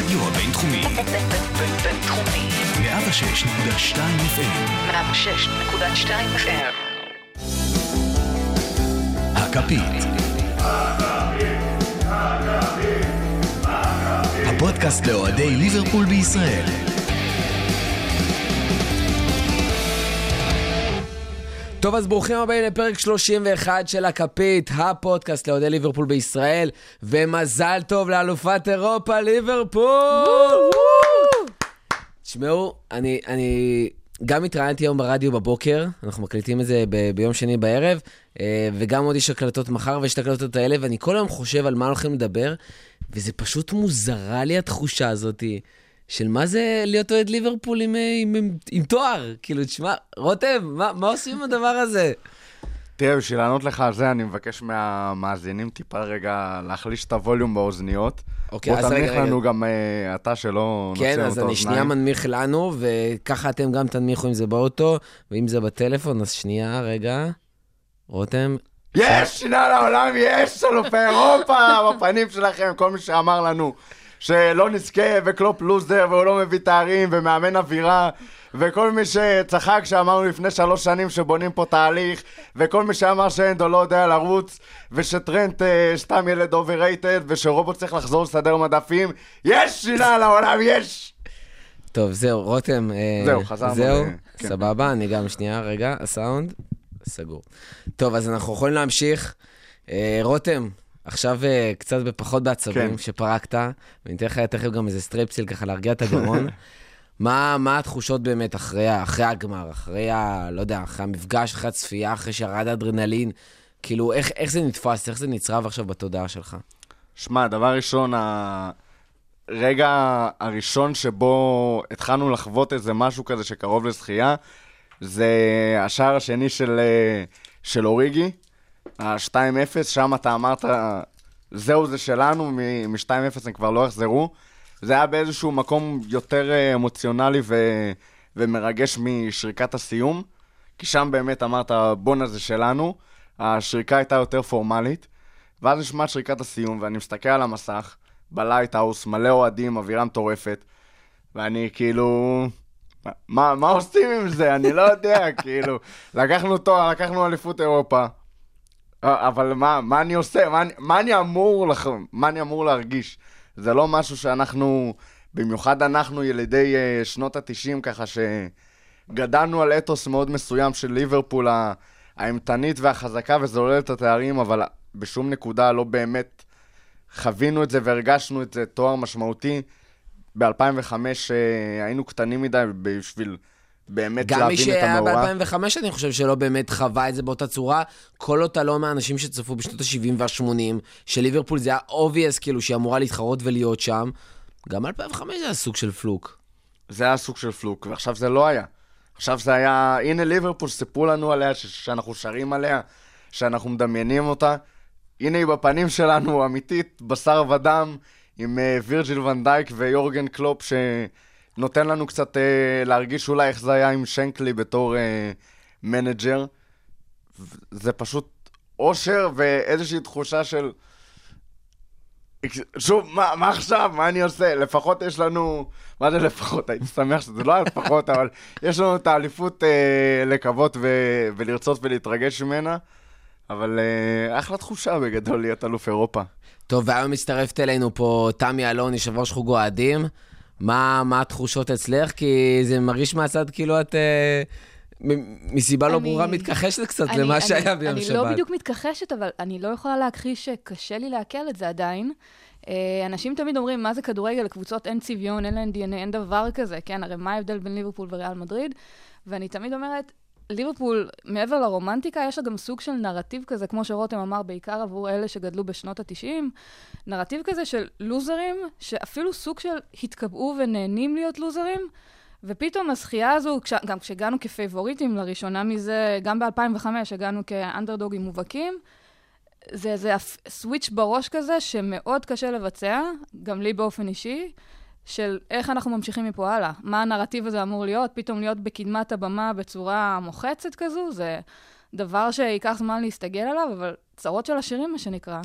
הרדיו הבינתחומי. בינתחומי. 106.2 FM. 106.2 FM. הכפית. הפודקאסט לאוהדי ליברפול בישראל. טוב, אז ברוכים הבאים לפרק 31 של הכפית, הפודקאסט לאוהדי ליברפול בישראל, ומזל טוב לאלופת אירופה, ליברפול! תשמעו, אני גם התראיינתי היום ברדיו בבוקר, אנחנו מקליטים את זה ביום שני בערב, וגם עוד יש הקלטות מחר ויש את הקלטות האלה, ואני כל היום חושב על מה הולכים לדבר, וזה פשוט מוזרה לי התחושה הזאת, של מה זה להיות אוהד ליברפול עם תואר. כאילו, תשמע, רותם, מה עושים עם הדבר הזה? תראה, בשביל לענות לך על זה, אני מבקש מהמאזינים טיפה רגע להחליש את הווליום באוזניות. אוקיי, בוא תנמיך לנו גם אתה שלא נוצא כן, אותו אז אני שנייה מנמיך לנו, וככה אתם גם תנמיכו אם זה באוטו, ואם זה בטלפון, אז שנייה, רגע. רותם. יש, שינה לעולם, יש אלופי אירופה בפנים שלכם, כל מי שאמר לנו שלא נזכה וקלופ לוזר והוא לא מביא תארים ומאמן אווירה, וכל מי שצחק שאמרנו לפני 3 שנים שבונים פה תהליך, וכל מי שאמר שאנדו לא יודע לרוץ, ושטרנט סתם ילד אובררייטד, ושרובוט צריך לחזור לסדר מדפים. יש, שינה לעולם, יש! טוב, זהו, רותם. זהו, חזרנו. זהו, סבבה, אני גם שנייה, רגע, הסאונד סגור. טוב, אז אנחנו יכולים להמשיך. רותם, עכשיו קצת פחות בעצבים שפרקת, ואני אתן לך תכף גם איזה סטרפסיל ככה להרגיע את הגרון. מה התחושות באמת אחרי הגמר, לא יודע, אחרי המפגש, אחרי הצפייה, אחרי שירד האדרנלין? כאילו, איך זה נתפס, איך זה נצרב עכשיו בתודעה שלך? שמע, דבר ראשון, הרגע הראשון שבו התחלנו לחוות איזה משהו כזה שקרוב לזכייה, זה השער השני של אוריגי, ה-2-0, שם אתה אמרת, זהו זה שלנו, מ-2-0 הם כבר לא יחזרו. זה היה באיזשהו מקום יותר אמוציונלי ומרגש משריקת הסיום, כי שם באמת אמרת, בונה זה שלנו, השריקה הייתה יותר פורמלית, ואז נשמע שריקת הסיום, ואני מסתכל על המסך, בלייטהאוס, מלא אוהדים, אווירה מטורפת, ואני כאילו, מה עושים עם זה? אני לא יודע, כאילו, לקחנו תואר, לקחנו אליפות אירופה, אבל מה אני עושה? מה אני אמור להרגיש? זה לא משהו שאנחנו, במיוחד אנחנו ילידי שנות ה-90, ככה שגדלנו על אתוס מאוד מסוים של ליברפול, האמתנית והחזקה, וזה עולה את התארים, אבל בשום נקודה לא באמת חווינו את זה והרגשנו את זה תואר משמעותי. ב-2005 היינו קטנים מדי בשביל באמת להבין את המאורע. גם מי שהיה ב-2005 אני חושב שלא באמת חווה את זה באותה צורה, כל אותה לא מהאנשים שצפו בשנות ה-70 וה-80, שליברפול זה היה obvious כאילו שהיא אמורה להתחרות ולהיות שם, גם 2005 זה היה סוג של פלוק. זה היה סוג של פלוק, ועכשיו זה לא היה. עכשיו זה היה, הנה ליברפול סיפרו לנו עליה, שאנחנו שרים עליה, שאנחנו מדמיינים אותה, הנה היא בפנים שלנו, אמיתית, בשר ודם, עם וירג'יל ון דייק ויורגן קלופ, נותן לנו קצת להרגיש אולי איך זה היה עם שנקלי בתור מנג'ר. זה פשוט אושר ואיזושהי תחושה של, שוב, מה עכשיו? מה אני עושה? לפחות יש לנו, מה זה לפחות? הייתי שמח שזה לא היה לפחות, אבל יש לנו את האליפות לקוות ולרצות ולהתרגש ממנה, אבל אחלה תחושה בגדול להיות אלוף אירופה. טוב, והיום מצטרפת אלינו פה תמי אלון, יושב ראש חוג אוהדים. מה התחושות אצלך? כי זה מרגיש מהצד כאילו את מסיבה לא ברורה מתכחשת קצת למה שהיה ביום שבת. אני לא בדיוק מתכחשת, אבל אני לא יכולה להכחיש שקשה לי לעכל את זה עדיין. אנשים תמיד אומרים, מה זה כדורגל? לקבוצות אין צביון, אין להן DNA, אין דבר כזה. כן, הרי מה ההבדל בין ליברפול וריאל מדריד? ואני תמיד אומרת, ליברפול, מעבר לרומנטיקה, יש לה גם סוג של נרטיב כזה, כמו שרותם אמר, בעיקר עבור אלה שגדלו בשנות ה-90, נרטיב כזה של לוזרים, שאפילו סוג של התקבעו ונהנים להיות לוזרים, ופתאום הזכייה הזו, גם כשהגענו כפייבוריטים לראשונה מזה, גם ב-2005 הגענו כאנדרדוגים מובהקים, זה סוויץ' בראש כזה שמאוד קשה לבצע, גם לי באופן אישי, של איך אנחנו ממשיכים מפה הלאה. מה הנרטיב הזה אמור להיות? פתאום להיות בקדמת הבמה בצורה מוחצת כזו, זה דבר שיקח זמן להסתגל עליו, אבל צרות של השירים, מה שנקרא.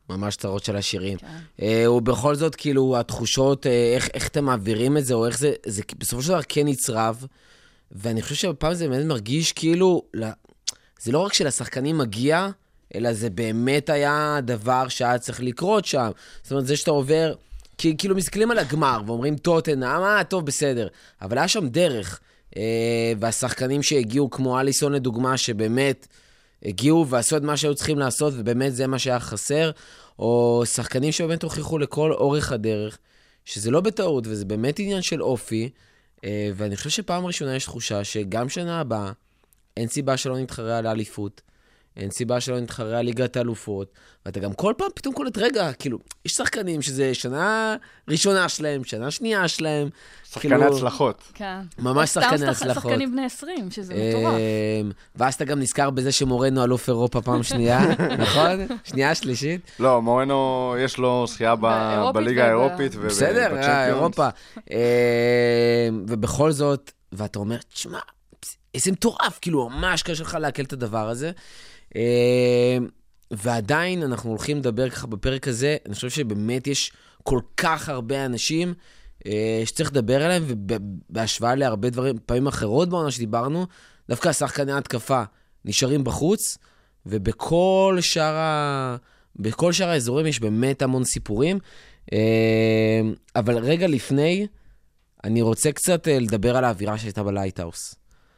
ממש צרות של השירים. ובכל זאת, כאילו, התחושות, איך אתם מעבירים את זה, או איך זה בסופו של דבר כן נצרב, ואני חושב שבפעם זה באמת מרגיש כאילו, זה לא רק שלשחקנים מגיע, אלא זה באמת היה דבר שהיה צריך לקרות שם. זאת אומרת, זה שאתה עובר, כאילו מסתכלים על הגמר, ואומרים, טוטנהאם, טוב, בסדר. אבל היה שם דרך, והשחקנים שהגיעו, כמו אליסון לדוגמה, שבאמת הגיעו ועשו את מה שהיו צריכים לעשות, ובאמת זה מה שהיה חסר, או שחקנים שבאמת הוכיחו לכל אורך הדרך, שזה לא בטעות, וזה באמת עניין של אופי, ואני חושב שפעם ראשונה יש תחושה שגם שנה הבאה, אין סיבה שלא נתחרה על האליפות, אין סיבה שלא נתחרה על ליגת האלופות, ואתה גם כל פעם פתאום קולט רגע, כאילו, יש שחקנים שזה שנה ראשונה שלהם, שנה שנייה שלהם. שחקני הצלחות. כן. ממש שחקני הצלחות. סתם שחקנים בני 20, שזה מטורף. ואז אתה גם נזכר בזה שמורנו אלוף אירופה פעם שנייה, נכון? שנייה, שלישית? לא, מורנו יש לו זכייה בליגה האירופית ובצ'מפיונס. בסדר, אירופה. ובכל זאת, ואתה אומר, תשמע, איזה מטורף, כאילו, ממש קשה לך להקל את הדבר הזה. ועדיין אנחנו הולכים לדבר ככה בפרק הזה, אני חושב שבאמת יש כל כך הרבה אנשים שצריך לדבר עליהם, ובהשוואה להרבה דברים, פעמים אחרות בעונה שדיברנו, דווקא השחקני ההתקפה נשארים בחוץ, ובכל שאר האזורים יש באמת המון סיפורים. אבל רגע לפני, אני רוצה קצת לדבר על האווירה שהייתה בלייטהאוס.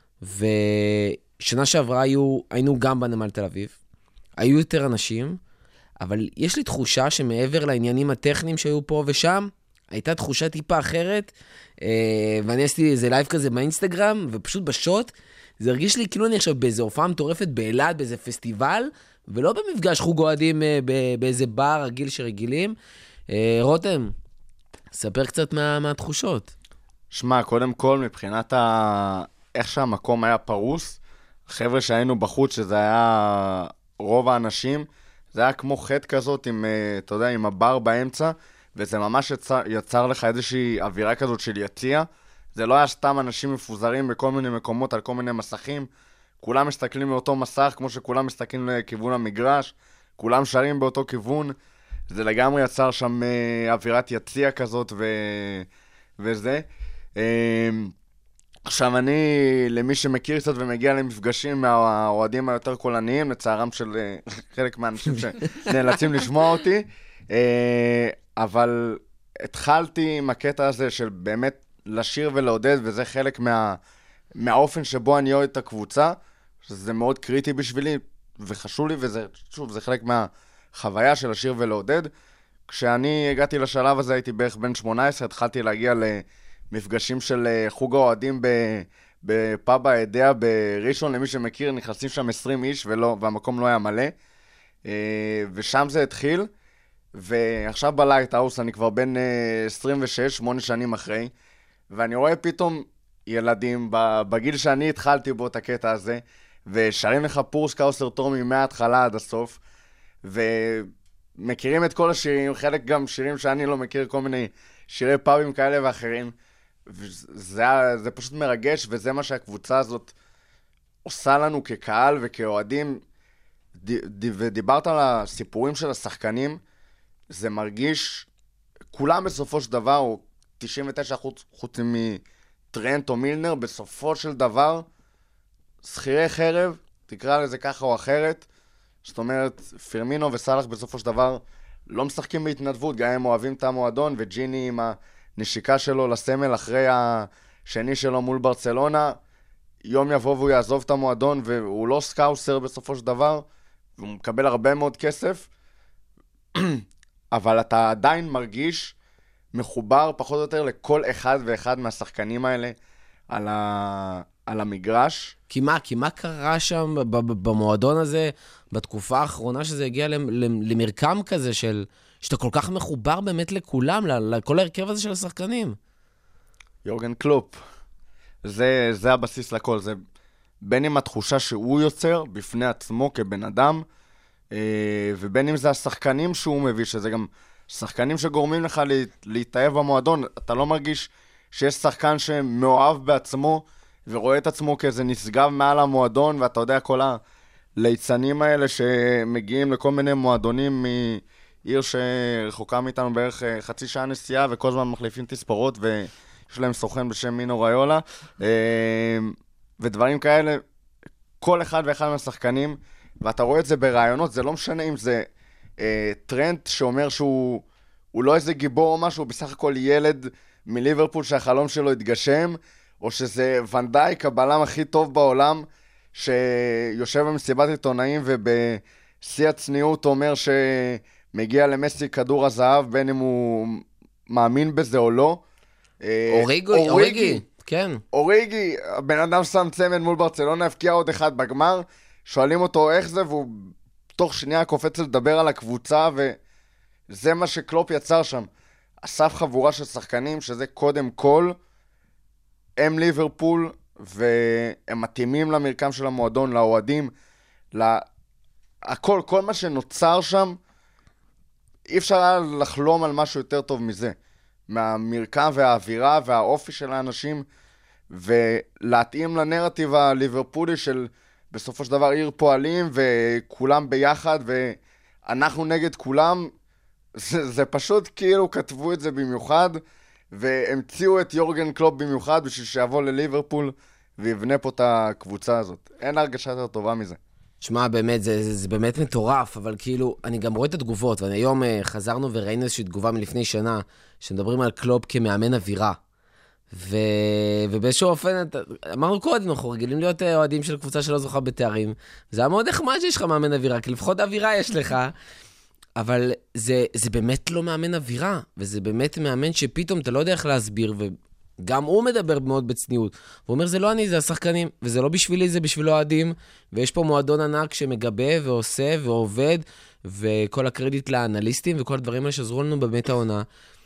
ושנה שעברה היינו גם בנמל תל אביב, היו יותר אנשים, אבל יש לי תחושה שמעבר לעניינים הטכניים שהיו פה ושם, הייתה תחושה טיפה אחרת, ואני עשיתי איזה לייב כזה באינסטגרם, ופשוט בשוט, זה הרגיש לי כאילו אני עכשיו באיזו הופעה מטורפת באילת, באיזה פסטיבל, ולא במפגש חוג אוהדים באיזה בר רגיל שרגילים. רותם, ספר קצת מהתחושות. שמע, קודם כל, מבחינת איך שהמקום היה פרוס, חבר'ה שהיינו בחוץ, שזה היה רוב האנשים, זה היה כמו חטא כזאת, אתה יודע, עם הבר באמצע, וזה ממש יצר לך איזושהי אווירה כזאת של יציע. זה לא היה סתם אנשים מפוזרים בכל מיני מקומות, על כל מיני מסכים. כולם מסתכלים באותו מסך, כמו שכולם מסתכלים לכיוון המגרש, כולם שרים באותו כיוון. זה לגמרי יצר שם אווירת יציע כזאת וזה. עכשיו למי שמכיר קצת ומגיע למפגשים מהאוהדים היותר קולניים, לצערם של חלק מהאנשים שנאלצים לשמוע אותי, אבל התחלתי עם הקטע הזה של באמת לשיר ולעודד, וזה חלק מהאופן שבו אני אוהד את הקבוצה, שזה מאוד קריטי בשבילי וחשוב לי, וזה, שוב, זה חלק מהחוויה של לשיר ולעודד. כשאני הגעתי לשלב הזה הייתי בערך בן 18, התחלתי להגיע מפגשים של חוג האוהדים בפאב האדיה בראשון, למי שמכיר, נכנסים שם 20 איש והמקום לא היה מלא, ושם זה התחיל, ועכשיו בלייטהאוס אני כבר בן 26, 8 שנים אחרי, ואני רואה פתאום ילדים בגיל שאני התחלתי בו את הקטע הזה, ושרים לך פורס קאוסר טומי מההתחלה עד הסוף, ומכירים את כל השירים, חלק גם שירים שאני לא מכיר, כל מיני שירי פאבים כאלה ואחרים, זה פשוט מרגש, וזה מה שהקבוצה הזאת עושה לנו כקהל וכאוהדים. ודיברת על הסיפורים של השחקנים, זה מרגיש, כולם בסופו של דבר, או 99% חוץ מטרנט או מילנר, בסופו של דבר, שכירי חרב, תקרא לזה ככה או אחרת, זאת אומרת, פירמינו וסלח בסופו של דבר לא משחקים בהתנדבות, גם הם אוהבים את המועדון, וג'יני עם הנשיקה שלו לסמל אחרי השני שלו מול ברצלונה, יום יבוא והוא יעזוב את המועדון, והוא לא סקאוסר בסופו של דבר, והוא מקבל הרבה מאוד כסף, אבל אתה עדיין מרגיש מחובר פחות או יותר לכל אחד ואחד מהשחקנים האלה על המגרש. כי מה קרה שם במועדון הזה, בתקופה האחרונה שזה הגיע למרקם כזה שאתה כל כך מחובר באמת לכולם, לכל ההרכב הזה של השחקנים? יורגן קלופ. זה הבסיס לכל. זה בין אם התחושה שהוא יוצר בפני עצמו כבן אדם, ובין אם זה השחקנים שהוא מביא, שזה גם שחקנים שגורמים לך להתאהב במועדון. אתה לא מרגיש שיש שחקן שמאוהב בעצמו, ורואה את עצמו כאיזה נשגב מעל המועדון, ואתה יודע, כל הליצנים האלה שמגיעים לכל מיני מועדונים עיר שרחוקה מאיתנו בערך חצי שעה נסיעה, וכל הזמן מחליפים תספורות, ויש להם סוכן בשם מינו ריולה, ודברים כאלה, כל אחד ואחד מהשחקנים, ואתה רואה את זה ברעיונות, זה לא משנה אם זה טרנט שאומר שהוא לא איזה גיבור או משהו, הוא בסך הכל ילד מליברפול שהחלום שלו התגשם, או שזה ונדייק, הבלם הכי טוב בעולם, שיושב במסיבת עיתונאים ובשיא הצניעות אומר שמגיע למסי כדור הזהב, בין אם הוא מאמין בזה או לא. אוריגי, כן. אוריגי, הבן אדם שם צמד מול ברצלונה, הפקיע עוד אחד בגמר, שואלים אותו איך זה, והוא תוך שנייה קופץ לדבר על הקבוצה, וזה מה שקלופ יצר שם. אסף חבורה של שחקנים, שזה קודם כל, הם ליברפול, והם מתאימים למרקם של המועדון, לאוהדים, הכל, כל מה שנוצר שם, אי אפשר היה לחלום על משהו יותר טוב מזה. מהמרקם והאווירה והאופי של האנשים, ולהתאים לנרטיב הליברפולי של בסופו של דבר עיר פועלים, וכולם ביחד, ואנחנו נגד כולם. זה פשוט כאילו כתבו את זה במיוחד, והמציאו את יורגן קלופ במיוחד בשביל שיבוא לליברפול ויבנה פה את הקבוצה הזאת. אין הרגשה יותר טובה מזה. שמע, באמת, זה באמת מטורף, אבל כאילו, אני גם רואה את התגובות, והיום חזרנו וראינו איזושהי תגובה מלפני שנה, שמדברים על קלופ כמאמן אווירה. ובאיזשהו אופן, אמרנו קודם, אנחנו רגילים להיות אוהדים של קבוצה שלא זוכה בתארים. זה היה מאוד נחמד שיש לך מאמן אווירה, כי לפחות אווירה יש לך. אבל זה באמת לא מאמן אווירה, וזה באמת מאמן שפתאום אתה לא יודע איך להסביר, וגם הוא מדבר מאוד בצניעות. הוא אומר, זה לא אני, זה השחקנים, וזה לא בשבילי, זה בשביל אוהדים, ויש פה מועדון ענק שמגבה ועושה ועובד, וכל הקרדיט לאנליסטים, וכל הדברים האלה שעזרו לנו באמת העונה.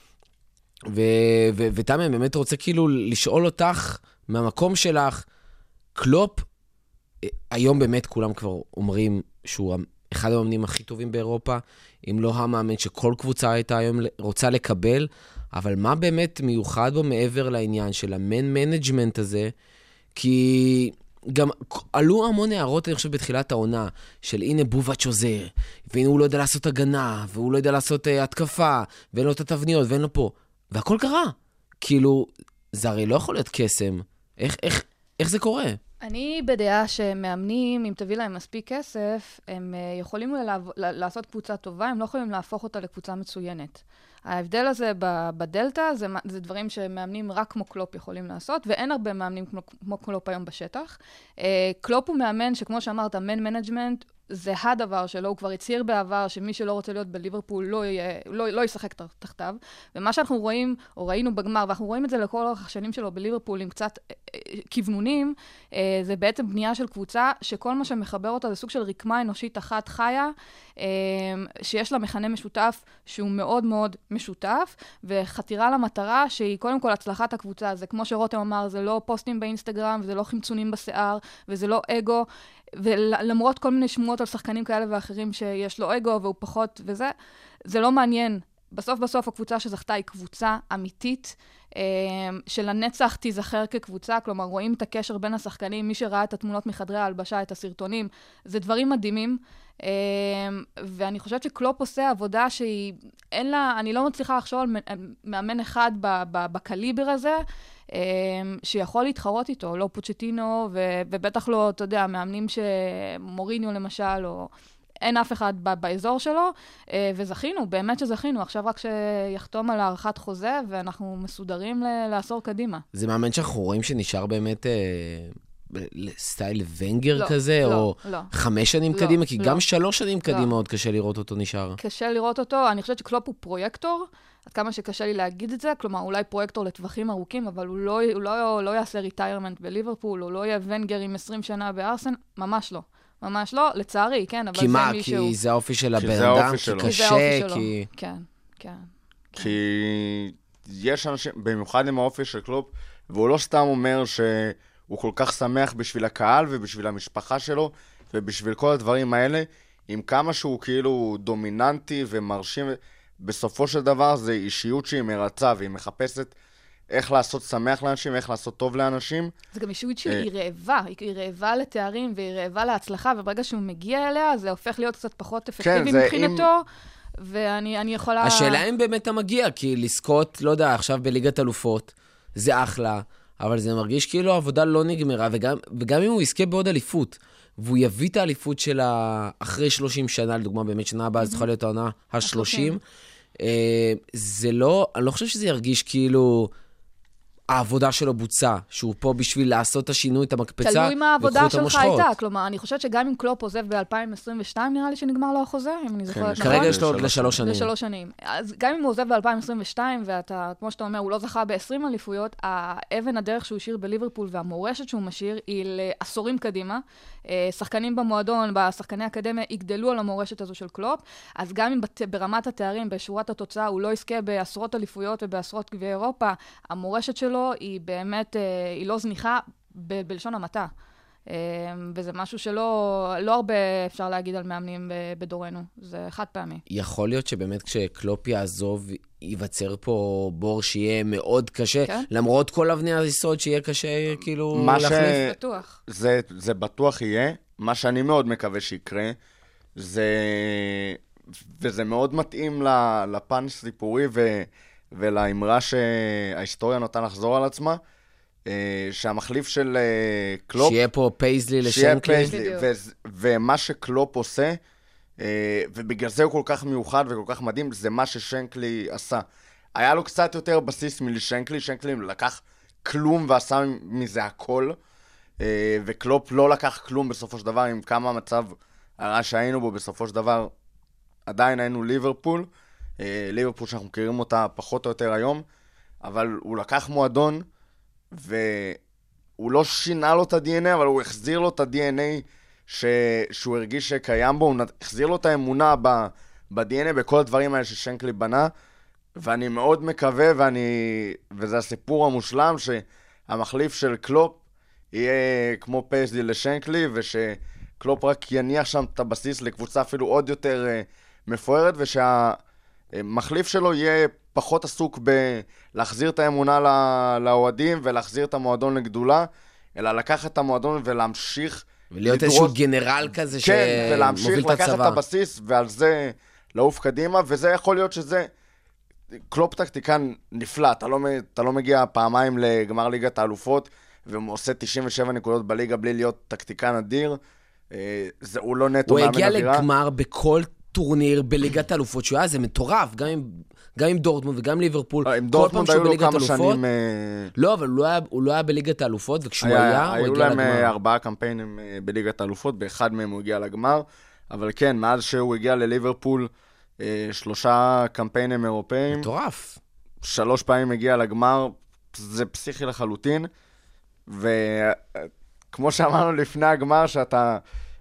ותמי, אני באמת רוצה כאילו לשאול אותך, מהמקום שלך, קלופ, היום באמת כולם כבר אומרים שהוא אחד המאמנים הכי טובים באירופה, אם לא המאמן שכל קבוצה הייתה היום רוצה לקבל, אבל מה באמת מיוחד בו מעבר לעניין של המנג'מנט הזה? כי גם עלו המון הערות, אני חושב, בתחילת העונה, של הנה בובץ' עוזר, והנה הוא לא יודע לעשות הגנה, והוא לא יודע לעשות התקפה, ואין לו את התבניות, ואין לו פה. והכל קרה. כאילו, זה הרי לא יכול להיות קסם. איך זה קורה? אני בדעה שמאמנים, אם תביא להם מספיק כסף, הם יכולים לעשות קבוצה טובה, הם לא יכולים להפוך אותה לקבוצה מצוינת. ההבדל הזה בדלטה, זה דברים שמאמנים רק כמו קלופ יכולים לעשות, ואין הרבה מאמנים כמו קלופ היום בשטח. קלופ הוא מאמן שכמו שאמרת, מנג'מנט, זה הדבר שלו, הוא כבר הצהיר בעבר שמי שלא רוצה להיות בליברפול לא ישחק תחתיו. ומה שאנחנו רואים, או ראינו בגמר, ואנחנו רואים את זה לכל אורך השנים שלו בליברפול עם קצת כיוונונים, זה בעצם בנייה של קבוצה שכל מה שמחבר אותה זה סוג של רקמה אנושית אחת חיה, שיש לה מכנה משותף שהוא מאוד מאוד משותף, וחתירה למטרה שהיא קודם כל הצלחת הקבוצה. זה כמו שרותם אמר, זה לא פוסטים באינסטגרם, וזה לא חמצונים בשיער, וזה לא אגו, ולמרות כל מיני שמועות על שחקנים כאלה ואחרים שיש לו אגו והוא פחות וזה, זה לא מעניין. בסוף הקבוצה שזכתה היא קבוצה אמיתית, שלנצח תיזכר כקבוצה, כלומר רואים את הקשר בין השחקנים, מי שראה את התמונות מחדרי ההלבשה, את הסרטונים, זה דברים מדהימים, ואני חושבת שקלופ עושה עבודה שהיא, אין לה, אני לא מצליחה לחשוב על מאמן אחד בקליבר הזה, שיכול להתחרות איתו, לא פוצ'טינו, ובטח לא, אתה יודע, מאמנים שמוריניו למשל, או אין אף אחד באזור שלו, וזכינו, באמת שזכינו, עכשיו רק שיחתום על הערכת חוזה, ואנחנו מסודרים לעשור קדימה. זה מאמן שאנחנו רואים שנשאר באמת סטייל ונגר כזה, או 5 שנים קדימה, כי גם 3 שנים קדימה עוד קשה לראות אותו נשאר. קשה לראות אותו, אני חושבת שקלופ הוא פרויקטור, עד כמה שקשה לי להגיד את זה, כלומר, אולי פרויקטור לטווחים ארוכים, אבל הוא לא יעשה ריטיירמנט בליברפול, הוא לא יהיה ונגר עם 20 שנה בארסן, ממש לא. ממש לא, לצערי, כן, אבל זה מישהו... כי מה? כי זה האופי של הבן אדם, כי קשה, כי... כן, כן. כי יש אנשים, במיוחד עם האופי של קלופ, והוא לא סתם אומר שהוא כל כך שמח בשביל הקהל ובשביל המשפחה שלו, ובשביל כל הדברים האלה, עם כמה שהוא כאילו דומיננטי ומרשים, בסופו של דבר זה אישיות שהיא מרצה, והיא מחפשת איך לעשות שמח לאנשים, איך לעשות טוב לאנשים. זה גם אישיות שהיא רעבה, היא רעבה לתארים והיא רעבה להצלחה, וברגע שהוא מגיע אליה, זה הופך להיות קצת פחות אפקטיבי מבחינתו, ואני יכולה... השאלה אם באמת אתה מגיע, כי לזכות, לא יודע, עכשיו בליגת אלופות, זה אחלה, אבל זה מרגיש כאילו העבודה לא נגמרה, וגם אם הוא יזכה בעוד אליפות, והוא יביא את האליפות שלה אחרי 30 שנה, לדוגמה, באמת שנה הבאה, אז צריכה להיות העונה ה-30, זה לא, אני לא חושב שזה ירגיש כאילו העבודה שלו בוצע, שהוא פה בשביל לעשות את השינוי, את המקפצה, תלוי מה העבודה שלך הייתה, כלומר, אני חושבת שגם אם קלופ עוזב ב-2022, נראה לי שנגמר לו החוזה, אם אני זוכרת נכון. כרגע יש לו ל3 שנים. ל3 שנים. אז גם אם הוא עוזב ב-2022, ואתה, כמו שאתה אומר, הוא לא זכה ב-20 אליפויות, האבן הדרך שהוא השאיר בליברפול והמורשת שהוא משאיר, היא לעשורים קדימה. שחקנים במועדון, בשחקני האקדמיה, יגדלו על המורשת הזו של קלופ, אז גם אם ברמת התארים, בשורת התוצאה, הוא לא יזכה בעשרות אליפויות ובעשרות גביעי אירופה, המורשת שלו היא באמת, היא לא זניחה בלשון המעטה. וזה משהו שלא הרבה אפשר להגיד על מאמנים בדורנו. זה חד פעמי. יכול להיות שבאמת כשקלופ יעזוב, ייווצר פה בור שיהיה מאוד קשה, כן? למרות כל אבני היסוד שיהיה קשה כאילו להחליף. בטוח. זה בטוח יהיה. מה שאני מאוד מקווה שיקרה, וזה מאוד מתאים לפן סיפורי ולאמרה שההיסטוריה נותן לחזור על עצמה, שהמחליף של קלופ... שיהיה פה פייזלי לשנקלי. ומה שקלופ עושה, ובגלל זה הוא כל כך מיוחד וכל כך מדהים, זה מה ששנקלי עשה. היה לו קצת יותר בסיס מלשנקלי, שנקלי לקח כלום ועשה מזה הכל, וקלופ לא לקח כלום בסופו של דבר, עם כמה מצב הרע שהיינו בו, בסופו של דבר עדיין היינו ליברפול, ליברפול שאנחנו מכירים אותה פחות או יותר היום, אבל הוא לקח מועדון, והוא לא שינה לו את ה-DNA, אבל הוא החזיר לו את ה-DNA שהוא הרגיש שקיים בו, הוא החזיר לו את האמונה ב-DNA, בכל הדברים האלה ששנקלי בנה, ואני מאוד מקווה, וזה הסיפור המושלם, שהמחליף של קלופ יהיה כמו פייזלי לשנקלי, ושקלופ רק יניח שם את הבסיס לקבוצה אפילו עוד יותר מפוארת, ושהמחליף שלו יהיה פחות עסוק בלהחזיר את האמונה לאוהדים, ולהחזיר את המועדון לגדולה, אלא לקחת את המועדון ולהמשיך ולהיות איזשהו גנרל כזה שמוביל את הצבא. כן, ולהמשיך לקחת את הבסיס, ועל זה לעוף קדימה, וזה יכול להיות שזה קלופ טקטיקן נפלא. אתה לא מגיע פעמיים לגמר ליגת האלופות, ועושה 97 נקודות בליגה בלי להיות טקטיקן אדיר. הוא לא נטו מאמן אדירה. הוא הגיע לגמר בכל טורניר בליגת האלופות שהוא היה, זה מטורף, גם עם דורטמונד וגם ליברפול. עם דורטמונד היו לו כמה שנים... לא, אבל הוא לא היה בליגת האלופות, וכשהוא היה, הוא הגיע לגמר. היו להם 4 קמפיינים בליגת האלופות, באחד מהם הוא הגיע לגמר, אבל כן, מאז שהוא הגיע לליברפול, 3 קמפיינים אירופאים. מטורף. 3 פעמים הגיע לגמר, זה פסיכי לחלוטין, וכמו שאמרנו לפני הגמר, שאתה...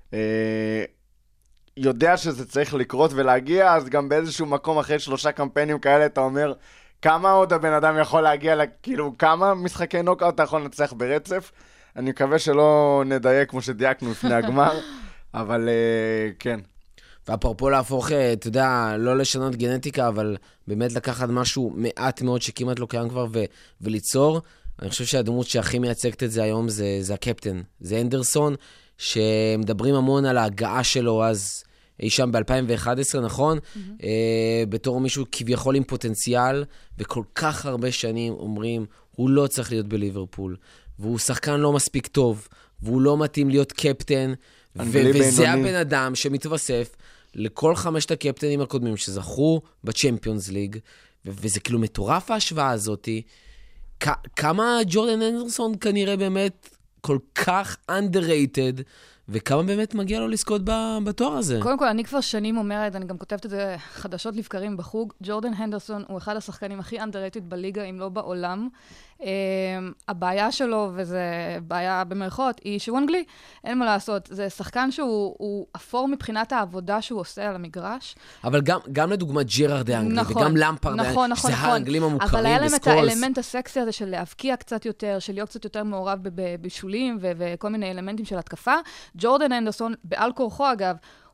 יודע שזה צריך לקרות ולהגיע, אז גם באיזשהו מקום אחרי 3 קמפיינים כאלה, אתה אומר, כמה עוד הבן אדם יכול להגיע, כאילו, כמה משחקי נוקאוט אתה יכול לנצח ברצף? אני מקווה שלא נדייק כמו שדייקנו לפני הגמר, אבל כן. ואפרופו להפוך, אתה יודע, לא לשנות גנטיקה, אבל באמת לקחת משהו מעט מאוד שכמעט לא קיים כבר וליצור. אני חושב שהדמות שהכי מייצגת את זה היום זה הקפטן, זה אנדרסון, שמדברים המון על ההגעה שלו אז אי שם ב-2011, נכון? בתור מישהו כביכול עם פוטנציאל, וכל כך הרבה שנים אומרים, הוא לא צריך להיות בליברפול, והוא שחקן לא מספיק טוב, והוא לא מתאים להיות קפטן, וזה הבן אדם שמתווסף לכל 5 הקפטנים הקודמים שזכו בצ'מפיונס ליג, וזה כאילו מטורף ההשוואה הזאת. כמה ג'ורדן אנדרסון כנראה באמת כל כך underrated, וכמה באמת מגיע לו לזכות בתואר הזה. קודם כל, אני כבר שנים אומרת, אני גם כותבת את זה חדשות לבקרים בחוג, ג'ורדן הנדרסון הוא אחד השחקנים הכי underrated בליגה, אם לא בעולם. הבעיה שלו, וזה בעיה במרכאות, היא שהוא אנגלי, אין מה לעשות. זה שחקן שהוא אפור מבחינת העבודה שהוא עושה על המגרש. אבל גם לדוגמה ג'רארד האנגלי, נכון, וגם למפרד, שזה האנגלים המוכרים, אבל היה להם את האלמנט הסקסי הזה של להבקיע קצת יותר, של להיות קצת יותר מעורב בבישולים, וכל מיני אלמנטים של התקפה. ג'ורדן אנדרסון, בעל כורחו אגב,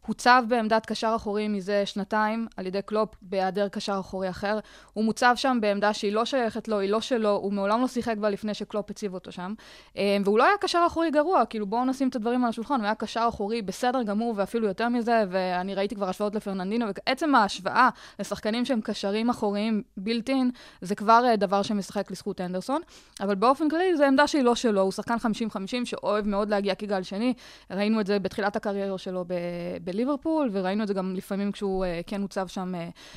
הוצב בעמדת קשר אחורי מזה שנתיים, על ידי קלופ, בהיעדר קשר אחורי אחר. הוא מוצב שם בעמדה שהיא לא שייכת לו, היא לא שלו, הוא מעולם לא שיחק בה לפני שקלופ הציב אותו שם. והוא לא היה קשר אחורי גרוע, כאילו בואו נשים את הדברים על השולחן, הוא היה קשר אחורי בסדר גמור, ואפילו יותר מזה, ואני ראיתי כבר השוואות לפרננדינו, ועצם ההשוואה לשחקנים שהם קשרים אחוריים בילטין, זה כבר דבר שמשחק לזכות אנדרסון, אבל באופן כללי זה עמדה שהיא לא שלו, הוא שחקן 50-50 שאוהב מאוד להגיע כגל שני, ראינו את זה בתחילת הקריירה שלו בליברפול, וראינו את זה גם לפעמים כשהוא כן הוצב שם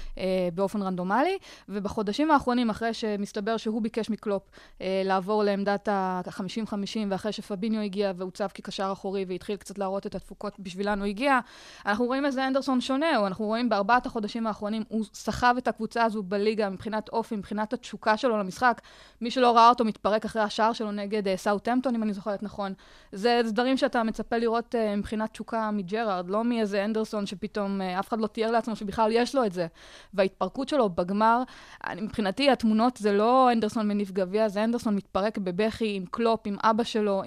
באופן רנדומלי, ובחודשים האחרונים, אחרי שמסתבר שהוא ביקש מקלופ לעבור לעמדת ה-50-50, ואחרי שפביניו הגיע והוצב כקשר אחורי, והתחיל קצת להראות את התפוקות בשבילנו הגיע, אנחנו רואים איזה אנדרסון שונה, או אנחנו רואים בארבעת החודשים האחרונים, הוא סחב את הקבוצה הזו בליגה, מבחינת אופי, מבחינת התשוקה שלו למשחק, מי שלא ראה אותו מתפרק אחרי השער שלו נגד סאות'המפטון, אם אני זוכרת נכון. זה דברים שאתה מצפה לראות מבחינת תשוקה מג'רארד, לא מאיזה אנדרסון שפתאום אף אחד לא תיאר לעצמו שבכלל יש לו את זה. וההתפרקות שלו בגמר, מבחינתי התמונות זה לא אנדרסון מניף גביע, זה אנדרסון מתפרק בבכי עם קלופ, עם אבא שלו,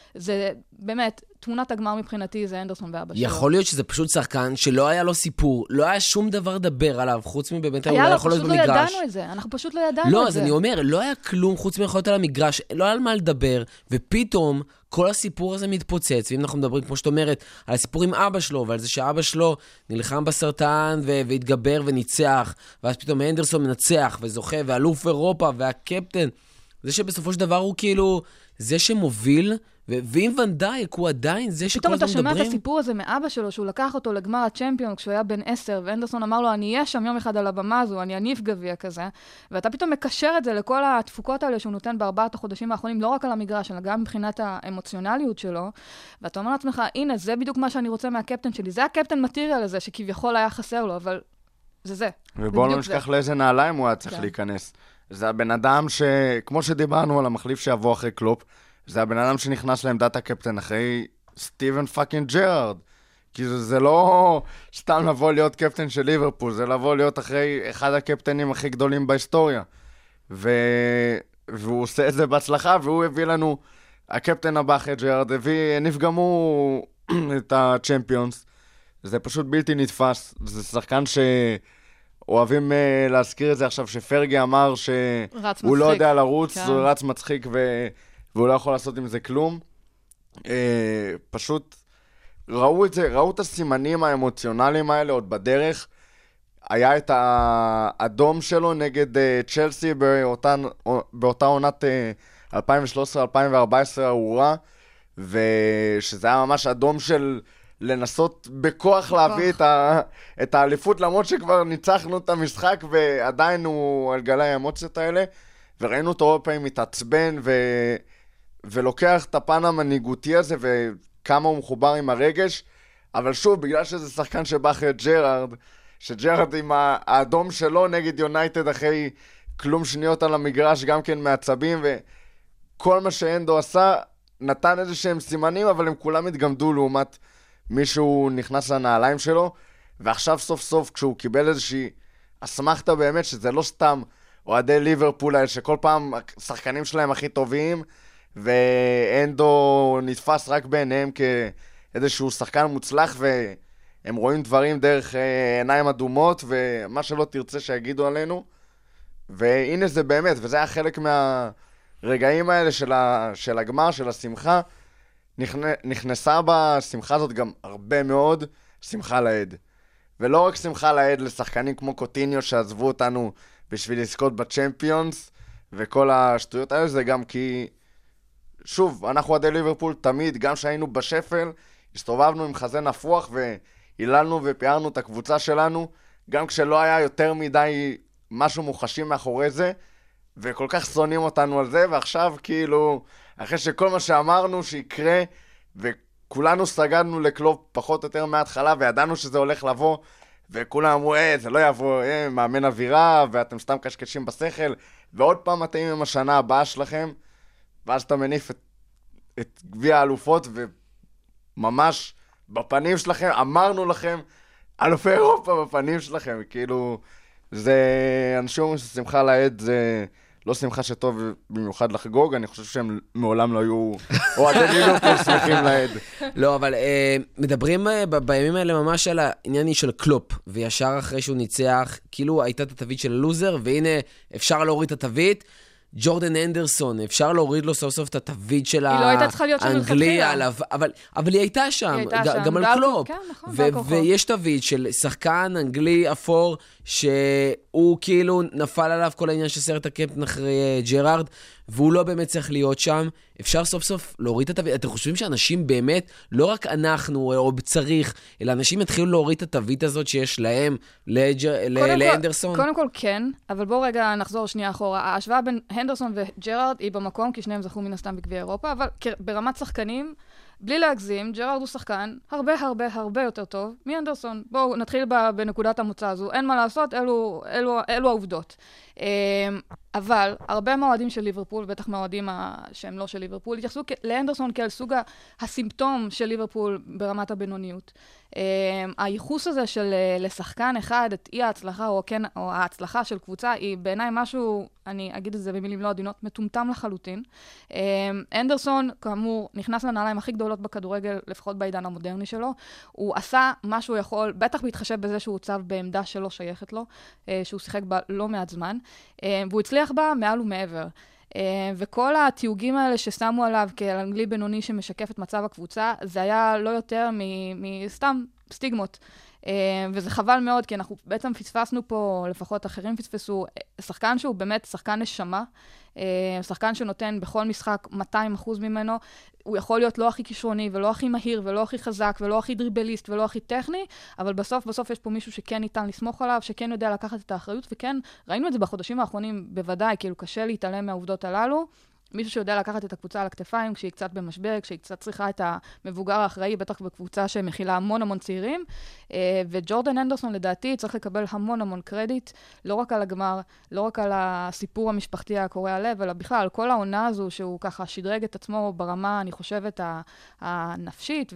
זה באמת, תמונת הגמר מבחינתי זה אנדרסון ואבא שלו. יכול להיות שזה פשוט שחקן שלא היה לו סיפור, לא היה שום דבר לדבר עליו, חוץ מבאמת הוא לא יכול להיות במגרש. פשוט לא ידענו את זה, אנחנו פשוט לא ידענו את זה. לא, אז אני אומר, לא היה כלום חוץ מיכולת על המגרש, לא היה על מה לדבר, ופתאום כל הסיפור הזה מתפוצץ, ואם אנחנו מדברים, כמו שאת אומרת, על הסיפור עם אבא שלו, ועל זה שאבא שלו נלחם בסרטן והתגבר וניצח, ואז פתאום אנדרסון מנצח וזוכה, ואלוף אירופה והקפטן, זה שבסופו של דבר הוא כאילו, זה שמוביל, ואם ונדייק הוא עדיין זה שכל הזמן מדברים. פתאום אתה שומע את הסיפור הזה מאבא שלו, שהוא לקח אותו לגמר הצ'מפיון כשהוא היה בן 10, ואנדרסון אמר לו, אני אהיה שם יום אחד על הבמה הזו, אני אניף גביע כזה, ואתה פתאום מקשר את זה לכל התפוקות האלה שהוא נותן בארבעת החודשים האחרונים, לא רק על המגרש, אלא גם מבחינת האמוציונליות שלו, ואתה אומר לעצמך, הנה, זה בדיוק מה שאני רוצה מהקפטן שלי, זה הקפטן מטריאל הזה שכביכול היה חסר לו, אבל זה. ובואו לא נשכח לאיזה נעליים הוא היה צריך להיכנס. זה הבן אדם כמו שדיברנו על המחליף שיבוא אחרי קלופ, זה הבן אדם שנכנס לעמדת הקפטן אחרי סטיבן פאקינג ג'רארד. כי זה לא סתם לבוא להיות קפטן של ליברפול, זה לבוא להיות אחרי אחד הקפטנים הכי גדולים בהיסטוריה. והוא עושה את זה בהצלחה, והוא הביא לנו, הקפטן הבא אחרי ג'רארד, הניף גם הוא את הצ'מפיונס. זה פשוט בלתי נתפס. זה שחקן אוהבים להזכיר את זה עכשיו, שפרגי אמר שהוא לא יודע לרוץ, הוא רץ מצחיק והוא לא יכול לעשות עם זה כלום. פשוט ראו את זה, ראו את הסימנים האמוציונליים האלה עוד בדרך. היה את האדום שלו נגד צ'לסי באותה עונת 2013-2014 הארורה, ושזה היה ממש אדום של לנסות בכוח להביא את האליפות, למרות שכבר ניצחנו את המשחק, ועדיין הוא על גלי האמוציות האלה, וראינו אותו הרבה פעמים מתעצבן, ולוקח את הפן המנהיגותי הזה, וכמה הוא מחובר עם הרגש, אבל שוב, בגלל שזה שחקן שבא אחרי ג'רארד, שג'רארד עם האדום שלו נגד יונייטד אחרי כלום שניות על המגרש, גם כן מעצבים, וכל מה שאנדו עשה, נתן איזה שהם סימנים, אבל הם כולם התגמדו לעומת מישהו נכנס לנעליים שלו, ועכשיו סוף סוף כשהוא קיבל איזושהי אסמכתה באמת, שזה לא סתם אוהדי ליברפול האלה, שכל פעם השחקנים שלהם הכי טובים, ואנדו נתפס רק בעיניהם כאיזשהו שחקן מוצלח, והם רואים דברים דרך עיניים אדומות, ומה שלא תרצה שיגידו עלינו. והנה זה באמת, וזה היה חלק מהרגעים האלה של הגמר, של השמחה. נכנסה בשמחה הזאת גם הרבה מאוד שמחה לעד. ולא רק שמחה לעד לשחקנים כמו קוטיניו שעזבו אותנו בשביל לזכות בצ'מפיונס, וכל השטויות האלה, זה גם כי, שוב, אנחנו עדי ליברפול תמיד, גם שהיינו בשפל, הסתובבנו עם חזה נפוח והיללנו ופיארנו את הקבוצה שלנו, גם כשלא היה יותר מדי משהו מוחשים מאחורי זה, וכל כך שונאים אותנו על זה, ועכשיו כאילו, אחרי שכל מה שאמרנו שיקרה, וכולנו סגדנו לקלופ פחות או יותר מההתחלה, וידענו שזה הולך לבוא, וכולם אמרו, זה לא יבוא, מאמן אווירה, ואתם סתם קשקשים בשכל, ועוד פעם אתם עם השנה הבאה שלכם, ואז אתה מניף את גביע האלופות, וממש בפנים שלכם, אמרנו לכם, אלופי אירופה בפנים שלכם, כאילו, זה, אנשים אומרים ששמחה לעד, זה לא שמחה שטוב במיוחד לחגוג, אני חושב שהם מעולם לא היו אוהדי ליברפול שמחים לעד. לא, אבל מדברים בימים האלה ממש על העניין של קלופ, וישר אחרי שהוא ניצח, כאילו הייתה את התווית של הלוזר, והנה אפשר להוריד את התווית, ג'ורדן אנדרסון, אפשר להוריד לו סוף סוף את התווית של האנגלי, היא לא הייתה צריכה להיות שם מלכתחילה. אבל היא הייתה שם, גם על קלופ. כן, נכון, ויש תווית של שחקן אנגלי אפור, שהוא כאילו נפל עליו כל העניין של סרט הקפטן אחרי ג'רארד, והוא לא באמת צריך להיות שם. אפשר סוף סוף להוריד את התווית. אתם חושבים שאנשים באמת, לא רק אנחנו או צריך, אלא אנשים יתחילו להוריד את התווית הזאת שיש להם, לאנדרסון? קודם כל כן, אבל בואו רגע נחזור שנייה אחורה. ההשוואה בין הנדרסון וג'רארד היא במקום, כי שניהם זכו מן הסתם בגביע אירופה, אבל ברמת שחקנים, בלי להגזים, ג'רארד הוא שחקן הרבה הרבה הרבה יותר טוב מאנדרסון. בואו נתחיל בנקודת המוצא הזו. אין מה לעשות, אלו העובדות. אבל הרבה מהאוהדים של ליברפול, בטח מהאוהדים שהם לא של ליברפול, התייחסו לאנדרסון כאל סוג הסימפטום של ליברפול ברמת הבינוניות. הייחוס הזה של לשחקן אחד, את אי ההצלחה או ההצלחה של קבוצה, היא בעיניי משהו, אני אגיד את זה במילים לא עדינות, מטומטם לחלוטין. אנדרסון, כאמור, נכנס לנעליים הכי גדולות בכדורגל, לפחות בעידן המודרני שלו. הוא עשה מה שהוא יכול, בטח בהתחשב בזה שהוא הוצב בעמדה שלא שייכת לו, שהוא שיחק בה לא מעט זמן, והוא הצליח בה מעל ומעבר. וכל התיוגים האלה ששמו עליו כאל אנגלי בינוני שמשקף את מצב הקבוצה, זה היה לא יותר מסתם סטיגמות. וזה חבל מאוד, כי אנחנו בעצם פספסנו פה, לפחות אחרים פספסו, שחקן שהוא באמת שחקן נשמה, שחקן שנותן בכל משחק 200% ממנו, הוא יכול להיות לא הכי כישרוני, ולא הכי מהיר, ולא הכי חזק, ולא הכי דריבליסט, ולא הכי טכני, אבל בסוף יש פה מישהו שכן ניתן לסמוך עליו, שכן יודע לקחת את האחריות, וכן, ראינו את זה בחודשים האחרונים בוודאי, כאילו קשה להתעלם מהעובדות הללו, מישהו שיודע לקחת את הקבוצה על הכתפיים, כשהיא קצת במשבר, כשהיא קצת צריכה את המבוגר האחראי, בטח בקבוצה שמכילה המון צעירים. וג'ורדן אנדרסון, לדעתי, צריך לקבל המון קרדיט, לא רק על הגמר, לא רק על הסיפור המשפחתי הקורע הלב, אלא בכלל, על כל העונה הזו, שהוא ככה שדרג את עצמו ברמה, אני חושבת, הנפשית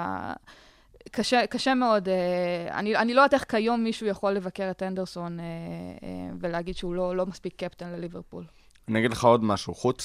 קשה מאוד. אני לא יודעת איך כיום מישהו יכול לבקר את אנדרסון ולהגיד שהוא לא מספיק קפטן לליברפול. אני אגיד לך עוד משהו, חוץ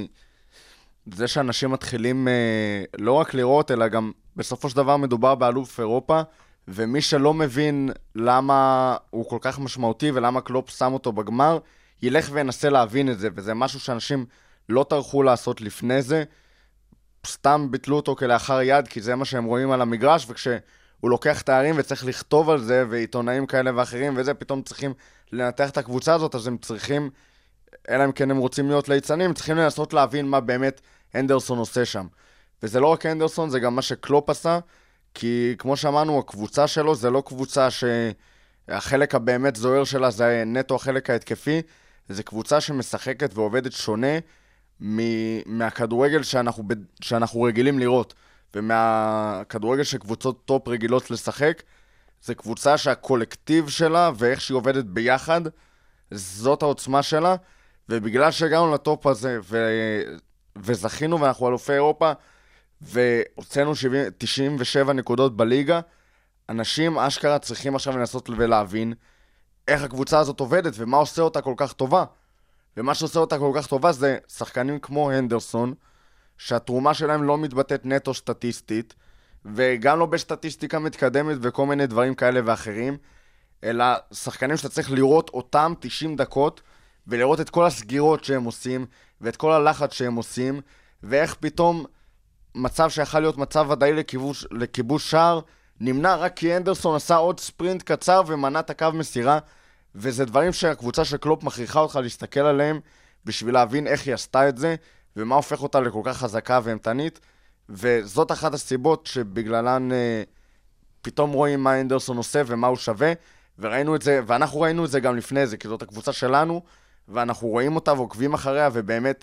מזה שאנשים מתחילים לא רק לראות, אלא גם בסופו של דבר מדובר באלוף אירופה, ומי שלא מבין למה הוא כל כך משמעותי ולמה קלופ שם אותו בגמר, ילך וינסה להבין את זה, וזה משהו שאנשים לא טרחו לעשות לפני זה, סתם ביטלו אותו כלאחר יד, כי זה מה שהם רואים על המגרש, וכשהוא לוקח תארים וצריך לכתוב על זה, ועיתונאים כאלה ואחרים, וזה פתאום צריכים לנתח את הקבוצה הזאת, אז הם צריכים, אלא אם כן הם רוצים להיות ליצנים, צריכים לנסות להבין מה באמת אנדרסון עושה שם. וזה לא רק אנדרסון, זה גם מה שקלופ עשה, כי כמו שאמרנו, הקבוצה שלו זה לא קבוצה שהחלק הבאמת זוהר שלה זה נטו החלק ההתקפי, זה קבוצה שמשחקת ועובדת שונה מהכדורגל שאנחנו רגילים לראות, ומהכדורגל שקבוצות טופ רגילות לשחק. זה קבוצה שהקולקטיב שלה ואיך שהיא עובדת ביחד, זאת העוצמה שלה, ובגלל שהגענו לטופ הזה וזכינו ואנחנו אלופי אירופה, והוצאנו 97 נקודות בליגה, אנשים אשכרה צריכים עכשיו לנסות ולהבין איך הקבוצה הזאת עובדת ומה עושה אותה כל כך טובה. ומה שעושה אותה כל כך טובה זה שחקנים כמו הנדרסון, שהתרומה שלהם לא מתבטאת נטו סטטיסטית, וגם לא בסטטיסטיקה מתקדמת וכל מיני דברים כאלה ואחרים, אלא שחקנים שאתה צריך לראות אותם 90 דקות, ולראות את כל הסגירות שהם עושים, ואת כל הלחץ שהם עושים, ואיך פתאום מצב שיכול להיות מצב ודאי לכיבוש שער, נמנע רק כי אנדרסון עשה עוד ספרינט קצר ומנע את הקו מסירה, וזה דברים שהקבוצה של קלופ מכריחה אותך להסתכל עליהם, בשביל להבין איך היא עשתה את זה, ומה הופך אותה לכל כך חזקה ואמתנית, וזאת אחת הסיבות שבגללן פתאום רואים מה אנדרסון עושה ומה הוא שווה, וראינו את זה, ואנחנו ראינו את זה גם לפני זה, כי זאת הקבוצה שלנו, ואנחנו רואים אותה ועוקבים אחריה, ובאמת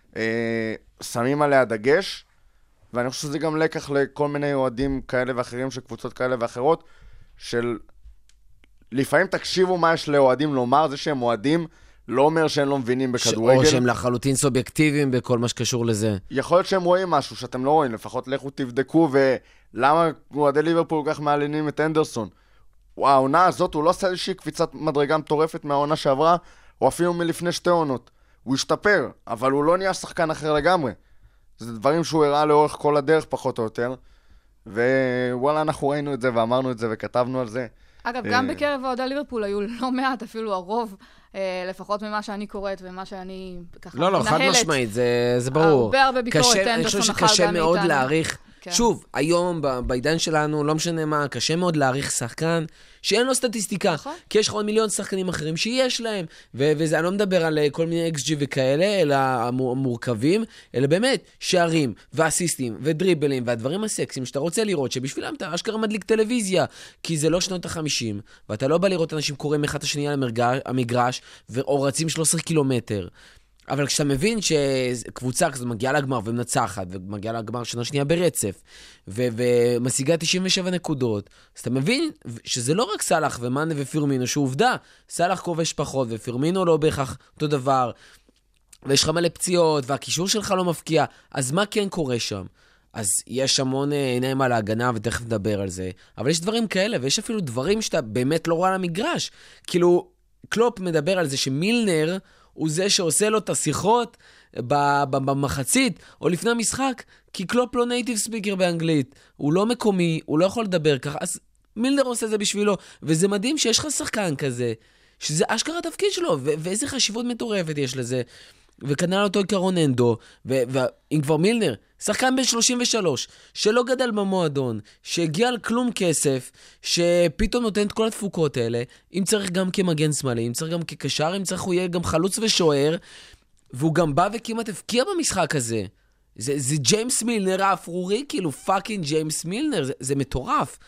שמים עליה דגש, ואני חושב שזה גם לקח לכל מיני אוהדים כאלה ואחרים, של קבוצות כאלה ואחרות, של לפעמים תקשיבו מה יש לאוהדים לומר, זה שהם אוהדים, לא אומר שהם לא מבינים בכדורגל. או שהם לחלוטין סובייקטיביים בכל מה שקשור לזה. יכול להיות שהם רואים משהו שאתם לא רואים, לפחות לכו תבדקו, ולמה אוהדי ליברפול כל כך מעלינים את אנדרסון. העונה הזאת, הוא לא עושה איזושהי קפיצת מדרגה מטורפת מהעונה שעברה, או אפילו מלפני 2 עונות. הוא השתפר, אבל הוא לא נהיה שחקן אחר לגמרי. זה דברים שהוא הראה לאורך כל הדרך פחות או יותר, ווואלה, אנחנו ראינו את זה ואמרנו את זה וכתבנו על זה. אגב, גם בקרב אוהדי ליברפול היו לא מעט, אפילו הרוב, לפחות ממה שאני קוראת ומה שאני ככה מנהלת. לא, חד משמעית, זה ברור. הרבה ביקורת, אני חושב שקשה מאוד להעריך, שוב, היום בעידן שלנו, לא משנה מה, קשה מאוד להעריך שחקן שאין לו סטטיסטיקה, כי יש לך עוד מיליון שחקנים אחרים שיש להם, וזה, אני לא מדבר על כל מיני XG וכאלה, אלא המורכבים, אלא באמת שערים ואסיסטים ודריבלים והדברים הסקסיים שאתה רוצה לראות, שבשבילם אתה אשכרה מדליק טלוויזיה, כי זה לא שנות ה-50, ואתה לא בא לראות אנשים קוראים אחד השני על המגרש, או רצים 13 קילומטר. אבל כשאתה מבין שקבוצה כזאת מגיעה לגמר ומנצחת, ומגיעה לגמר שנה שנייה ברצף, ומשיגה 97 נקודות, אז אתה מבין שזה לא רק סלח ומאנה ופירמינו, שעובדה, סלח כובש פחות, ופירמינו לא בהכרח אותו דבר, ויש לך מלא פציעות, והקישור שלך לא מפקיע, אז מה כן קורה שם? אז יש המון עיניים על ההגנה, ותכף נדבר על זה, אבל יש דברים כאלה, ויש אפילו דברים שאתה באמת לא רואה על המגרש. כאילו, קלופ מדבר על זה שמילנר, הוא זה שעושה לו את השיחות במחצית, או לפני המשחק, כי קלופ לא נייטיב ספיקר באנגלית. הוא לא מקומי, הוא לא יכול לדבר ככה, אז מילנר עושה זה בשבילו, וזה מדהים שיש לך שחקן כזה, שזה אשכרה התפקיד שלו, ואיזה חשיבות מטורפת יש לזה. וכנ"ל אותו עיקרון אנדו, ואם כבר מילנר, שחקן בן 33, שלא גדל במועדון, שהגיע על כלום כסף, שפתאום נותן את כל התפוקות האלה, אם צריך גם כמגן שמאלי, אם צריך גם כקשר, אם צריך הוא יהיה גם חלוץ ושוער, והוא גם בא וכמעט הפקיע במשחק הזה. זה ג'יימס מילנר האפרורי, כאילו פאקינג ג'יימס מילנר, זה מטורף.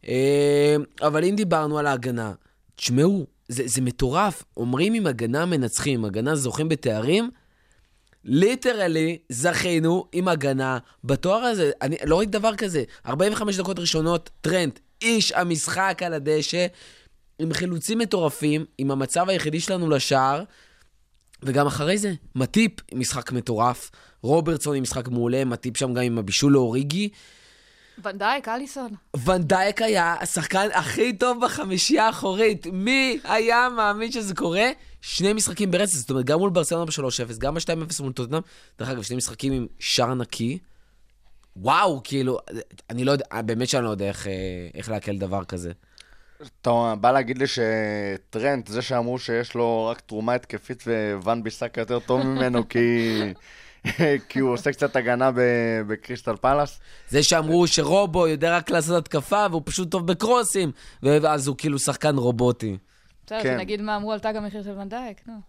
אבל אם דיברנו על ההגנה, תשמעו, זה מטורף. אומרים עם הגנה מנצחים, הגנה זוכים בתארים, ליטרלי זכינו עם הגנה בתואר הזה. אני לא ראיתי דבר כזה. 45 דקות ראשונות, טרנט, איש המשחק על הדשא, עם חילוצים מטורפים, עם המצב היחידי שלנו לשער, וגם אחרי זה, מטיפ עם משחק מטורף, רוברטסון עם משחק מעולה, מטיפ שם גם עם הבישול לאוריגי, ונדייק, אליסון. ונדייק היה השחקן הכי טוב בחמישייה האחורית. מי היה מאמין שזה קורה? 2 משחקים ברצף, זאת אומרת, גם מול ברצלונה ב-3-0, גם ב-2-0 מול טוטנהאם. דרך אגב, 2 משחקים עם שער נקי. וואו, כאילו, אני לא יודע, באמת שאני לא יודע איך להקל דבר כזה. אתה בא להגיד לי שטרנט, זה שאמרו שיש לו רק תרומה התקפית וואן ביסק יותר טוב ממנו, כי הוא עושה קצת הגנה בקריסטל פלאס. זה שאמרו שרובו יודע רק לעשות התקפה, והוא פשוט טוב בקרוסים, ואז הוא כאילו שחקן רובוטי. בסדר, שנגיד מה אמרו על תג המחיר של ונדייק, נו.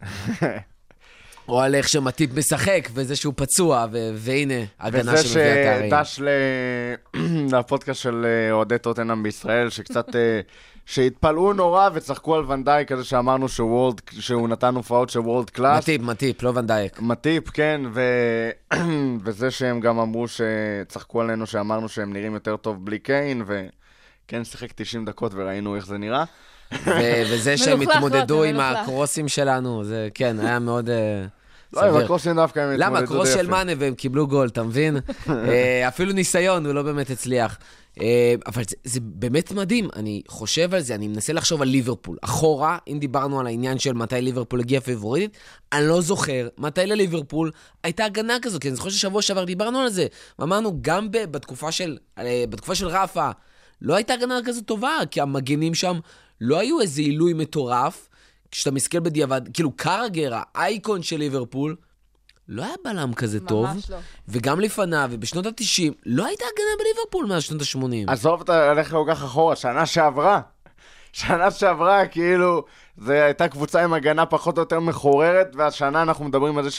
או על איך שמטיפ משחק, וזה שהוא פצוע, והנה, הגנה שמביאה תארים. וזה שדש לפודקאסט של אוהדי טוטנהאם בישראל, שקצת, שהתפלאו נורא וצחקו על ונדייק, כזה שאמרנו שהוא נתן הופעות של וורלד קלאס. מטיפ, לא ונדייק. מטיפ, כן, וזה שהם גם אמרו שצחקו עלינו, שאמרנו שהם נראים יותר טוב בלי קיין, וכן, שיחק 90 דקות וראינו איך זה נראה. וזה שהם התמודדו עם הקרוסים שלנו, זה כן, היה מאוד לא, עם הקרוסים דווקא הם התמודדו למה? הקרוס של מאנה והם קיבלו גול, אתה מבין? אפילו ניסיון, הוא לא באמת הצליח. אבל זה באמת מדהים, אני חושב על זה, אני מנסה לחשוב על ליברפול. אחורה, אם דיברנו על העניין של מתי ליברפול הגיע פייבוריטית, אני לא זוכר מתי לליברפול הייתה הגנה כזו, כי אני זוכר ששבוע שעבר דיברנו על זה, ואמרנו גם בתקופה של רפה, לא הייתה הגנה כזו טובה, כי המגנים שם לא היו איזה עילוי מטורף, כשאתה מסתכל בדיעבד, כאילו קרגר, האייקון של ליברפול, לא היה בלם כזה טוב, ממש לא. וגם לפניו, ובשנות ה-90, לא הייתה הגנה בליברפול מאז שנות ה-80. עזוב, אתה הולך כל כך אחורה, שנה שעברה, כאילו, זו הייתה קבוצה עם הגנה פחות או יותר מחוררת, והשנה אנחנו מדברים על זה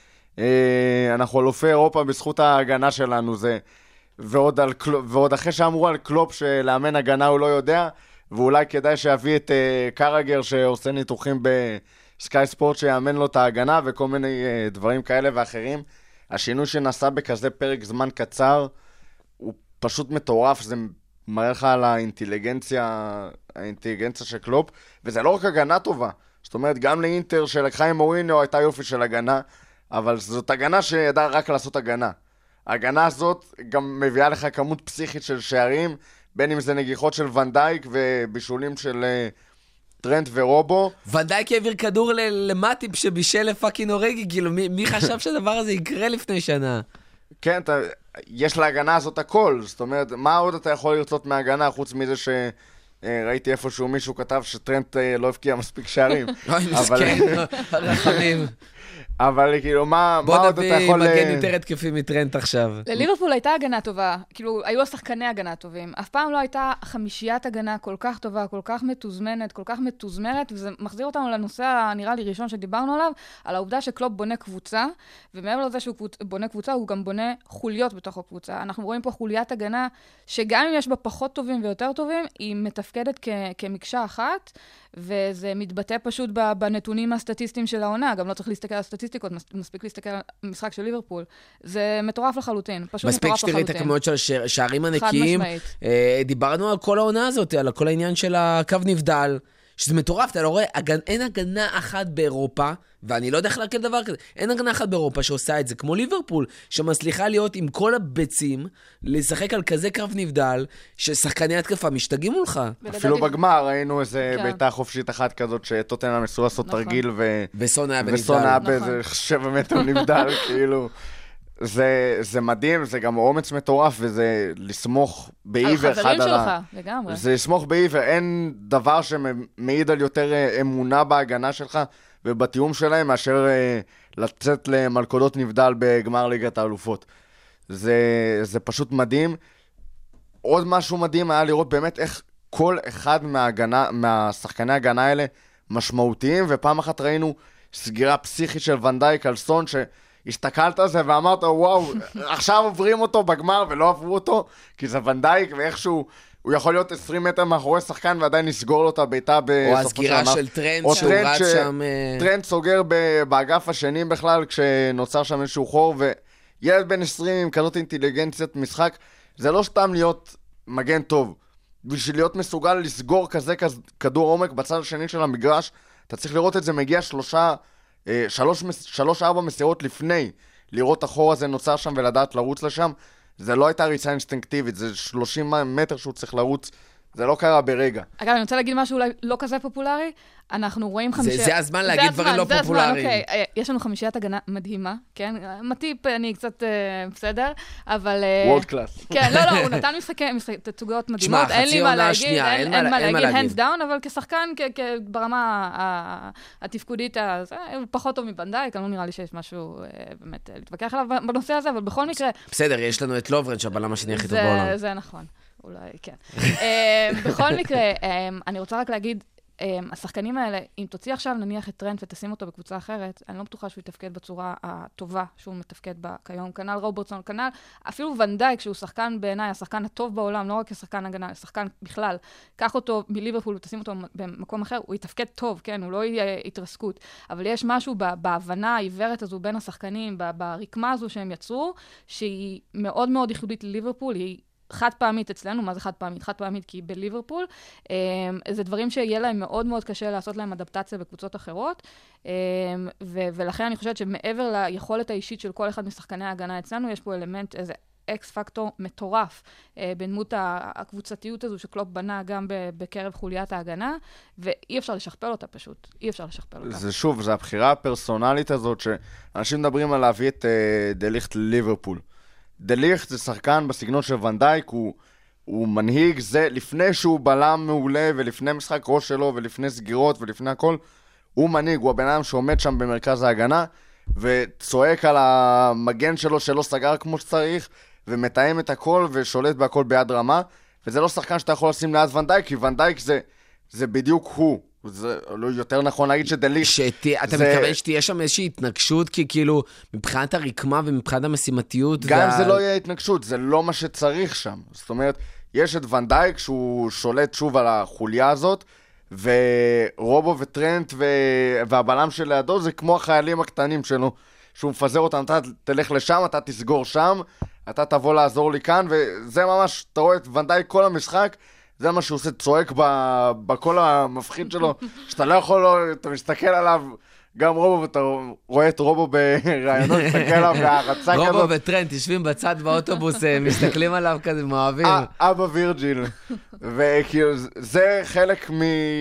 שאנחנו אלופי אירופה בזכות ההגנה שלנו, ועוד אחרי שאמרו על קלופ שלאמן הגנה הוא לא יודע, ואולי כדאי שיביא את קרגר שעושה ניתוחים בסקאי ספורט שיאמן לו את ההגנה וכל מיני דברים כאלה ואחרים. השינוי שנעשה בכזה פרק זמן קצר הוא פשוט מטורף, זה מראה לך על האינטליגנציה של קלופ, וזה לא רק הגנה טובה. זאת אומרת, גם לאינטר שלקחה עם מוריניו הייתה יופי של הגנה, אבל זאת הגנה שידעה רק לעשות הגנה. ההגנה הזאת גם מביאה לך כמות פסיכית של שערים, בין אם זה נגיחות של ונדייק ובישולים טרנט ורובו. ונדייק העביר כדור למטיפ שבישל לפאקינג אורגי, כאילו מי חשב שהדבר הזה יקרה לפני שנה? כן, יש להגנה הזאת הכל, זאת אומרת, מה עוד אתה יכול לרצות מההגנה, חוץ מזה שראיתי איפשהו מישהו כתב שטרנט לא הבקיע מספיק שערים. אוי, מסכן, רחמים. אבל כאילו, מה בוא עוד אתה יכול... נביא מגן יותר התקפי מטרנט עכשיו. לליברפול הייתה הגנה טובה, כאילו, היו השחקני הגנה טובים. אף פעם לא הייתה חמישיית הגנה כל כך טובה, כל כך מתוזמנת, כל כך מתוזמרת, וזה מחזיר אותנו לנושא, נראה לי, ראשון שדיברנו עליו, על העובדה שקלופ בונה קבוצה, ומעבר לזה שהוא בונה קבוצה, הוא גם בונה חוליות בתוך הקבוצה. אנחנו רואים פה חוליית הגנה, שגם אם יש בה פחות טובים ויותר טובים, היא מתפקדת כמקשה אחת, וזה מתבטא פשוט בנתונים הסטטיסטיים של העונה. גם לא צריך להסתכל על סטטיסטיקות, מספיק להסתכל על משחק של ליברפול. זה מטורף לחלוטין, פשוט מטורף לחלוטין. מספיק שתראי את הכמויות של שערים הנקיים. דיברנו על כל העונה הזאת, על כל העניין של הקו נבדל, שזה מטורף, אתה לא רואה, אין הגנה אחת באירופה, ואני לא יודע איך להקל דבר כזה, אין הגנה אחת באירופה שעושה את זה, כמו ליברפול, שמצליחה להיות עם כל הביצים, לשחק על כזה קרב נבדל, ששחקני התקפה משתגעים מולך. אפילו בגמר ראינו איזה ביתה חופשית אחת כזאת, שטוטנהאם ניסו לעשות תרגיל, וסון היה בנבדל. וסון היה באיזה 7 מטר נבדל, כאילו. זה מדהים, זה גם אומץ מטורף, וזה לסמוך בעיוור אחד על החברים שלך, לגמרי. זה לסמוך בעיוור, אין דבר שמעיד על יותר אמונה בהגנה שלך, ובתיאום שלהם, מאשר לצאת למלכודות נבדל בגמר ליגת האלופות. זה פשוט מדהים. עוד משהו מדהים היה לראות באמת איך כל אחד מהשחקני ההגנה האלה משמעותיים, ופעם אחת ראינו סגירה פסיכית של ונדייק על סון, הסתכלת על זה ואמרת, וואו, עכשיו עוברים אותו בגמר ולא עברו אותו, כי זה ונדייק, ואיכשהו הוא יכול להיות 20 מטר מאחורי שחקן ועדיין נסגור לו את הביתה בסופו של או הסגירה של טרנט שהוא רץ שם... טרנט סוגר באגף השני בכלל, כשנוצר שם איזשהו חור, וילד בן 20 עם כזאת אינטליגנציית משחק, זה לא סתם להיות מגן טוב. בשביל להיות מסוגל לסגור כזה כדור עומק בצד השני של המגרש, אתה צריך לראות את זה מגיע 3-4 מסירות לפני, לראות את החור הזה נוצר שם ולדעת לרוץ לשם. זה לא הייתה ריצה אינסטינקטיבית, זה 30 מטר שהוא צריך לרוץ, זה לא קרה ברגע. אגב, אני רוצה להגיד משהו אולי לא כזה פופולרי, אנחנו רואים חמישייה... זה הזמן להגיד דברים לא פופולריים. אוקיי. יש לנו חמישיית הגנה מדהימה, כן? מטיפ, אני קצת בסדר, אבל... וורד קלאס. כן, לא, הוא נתן תצוגות מדהימות, אין לי מה להגיד, אין מה להגיד, hands down, אבל כשחקן, ברמה התפקודית, הוא פחות טוב מבנדייק, אני לא נראה לי שיש משהו באמת להתווכח עליו בנושא הזה, אבל בכל מקרה... בסדר, יש לנו את לוברן, שהבלם השני הכי טוב בעולם. זה נכון, אולי, כן. בכל מקרה, אני רוצה רק להגיד, השחקנים האלה, אם תוציא עכשיו נניח את טרנט ותשים אותו בקבוצה אחרת, אני לא בטוחה שהוא יתפקד בצורה הטובה שהוא מתפקד בה כיום. כנ"ל רוברטסון, כנ"ל אפילו ונדייק, שהוא שחקן בעיניי, השחקן הטוב בעולם, לא רק כשחקן הגנה, שחקן בכלל. קח אותו מליברפול ותשים אותו במקום אחר, הוא יתפקד טוב, כן? הוא לא יהיה התרסקות. אבל יש משהו בהבנה העיוורת הזו בין השחקנים, ברקמה הזו שהם יצרו, שהיא מאוד מאוד ייחודית לליברפול, היא חד פעמית אצלנו. מה זה חד פעמית? חד פעמית כי בליברפול, זה דברים שיהיה להם מאוד מאוד קשה לעשות להם אדפטציה בקבוצות אחרות, ולכן אני חושבת שמעבר ליכולת האישית של כל אחד משחקני ההגנה אצלנו, יש פה אלמנט, איזה אקס פקטור מטורף, בדמות הקבוצתיות הזו שקלופ בנה גם בקרב חוליית ההגנה, ואי אפשר לשכפל אותה פשוט. אי אפשר לשכפל אותה. זה שוב, זה הבחירה הפרסונלית הזאת, שאנשים מדברים על להביא את דליכט לליברפול. דליכט זה שחקן בסגנון של ונדייק, הוא מנהיג, זה לפני שהוא בלם מעולה, ולפני משחק ראש שלו, ולפני סגירות, ולפני הכל, הוא מנהיג, הוא הבן אדם שעומד שם במרכז ההגנה, וצועק על המגן שלו שלא סגר כמו שצריך, ומתאם את הכל, ושולט בהכל ביד רמה, וזה לא שחקן שאתה יכול לשים ליד ונדייק, כי ונדייק זה בדיוק הוא. זה לא יותר נכון להגיד שדליכט... אתה מתכוון שתהיה שם איזושהי התנגשות, כי כאילו מבחינת הרקמה ומבחינת המשימתיות... גם זה לא יהיה התנגשות, זה לא מה שצריך שם. זאת אומרת, יש את ונדייק שהוא שולט שוב על החוליה הזאת, ורובו וטרנט והבלם שלידו זה כמו החיילים הקטנים שלו, שהוא מפזר אותם, אתה תלך לשם, אתה תסגור שם, אתה תבוא לעזור לי כאן, וזה ממש, אתה רואה את ונדייק כל המשחק, זה מה שהוא עושה, צועק בכל המפחיד שלו, שאתה לא יכול, אתה מסתכל עליו, גם רובו, ואתה רואה את רובו ברעיונות, מסתכל עליו בהרצה כזאת. רובו וטרנט יושבים בצד באוטובוס, מסתכלים עליו כזה, מאוהבים. אבא וירג'יל. וכאילו, זה חלק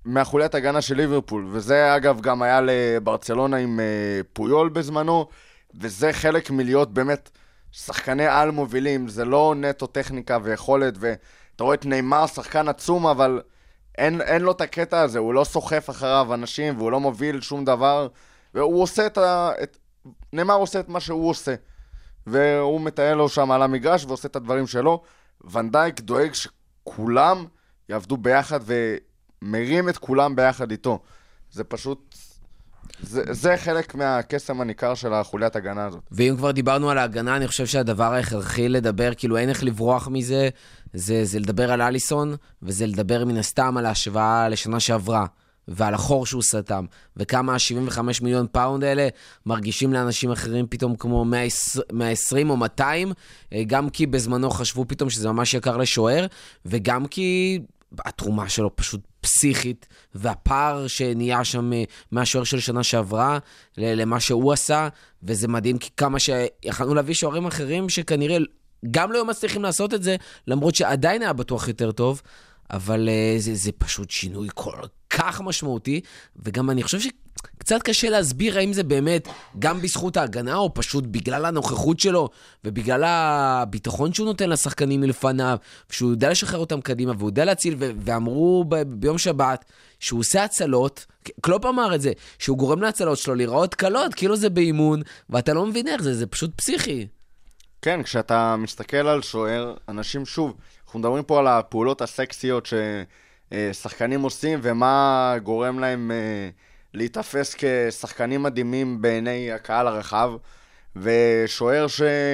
מהחוליית הגנה של ליברפול, וזה אגב גם היה לברצלונה עם פויול בזמנו, וזה חלק מלהיות באמת שחקני על מובילים, זה לא נטו טכניקה ויכולת, ואתה רואה את ניימר שחקן עצום, אבל אין לו את הקטע הזה, הוא לא סוחף אחריו אנשים, והוא לא מוביל שום דבר, והוא עושה ניימר עושה את מה שהוא עושה, והוא מטייל לו שם על המגרש, ועושה את הדברים שלו. ונדייק דואג שכולם יעבדו ביחד, ומרים את כולם ביחד איתו. זה פשוט... זה חלק מהקסם הניכר של החוליית הגנה הזאת. ואם כבר דיברנו על ההגנה, אני חושב שהדבר ההכרחי לדבר, כאילו אין איך לברוח מזה, זה לדבר על אליסון, וזה לדבר מן הסתם על ההשוואה לשנה שעברה, ועל החור שהוא סתם, וכמה 75 מיליון פאונד האלה מרגישים לאנשים אחרים פתאום כמו 120 או 200, גם כי בזמנו חשבו פתאום שזה ממש יקר לשוער, וגם כי התרומה שלו פשוט פסיכית, והפער שנהיה שם מהשוער של שנה שעברה למה שהוא עשה, וזה מדהים כי כמה שיכולנו להביא שוערים אחרים שכנראה גם לא מצליחים לעשות את זה, למרות שעדיין היה בטוח יותר טוב, אבל זה פשוט שינוי כל כך משמעותי, וגם אני חושב שקצת קשה להסביר האם זה באמת גם בזכות ההגנה, או פשוט בגלל הנוכחות שלו, ובגלל הביטחון שהוא נותן לשחקנים מלפניו, שהוא יודע לשחרר אותם קדימה, והוא יודע להציל, ואמרו ביום שבת, שהוא עושה הצלות, קלופ אמר את זה, שהוא גורם להצלות שלו לראות קלות, כאילו זה באימון, ואתה לא מבין איך זה פשוט פסיכי. כן, כשאתה מסתכל על שוער, אנשים שוב, אנחנו מדברים פה על הפעולות הסקסיות ששחקנים עושים, ומה גורם להם להתאפס כשחקנים מדהימים בעיני הקהל הרחב, ושוער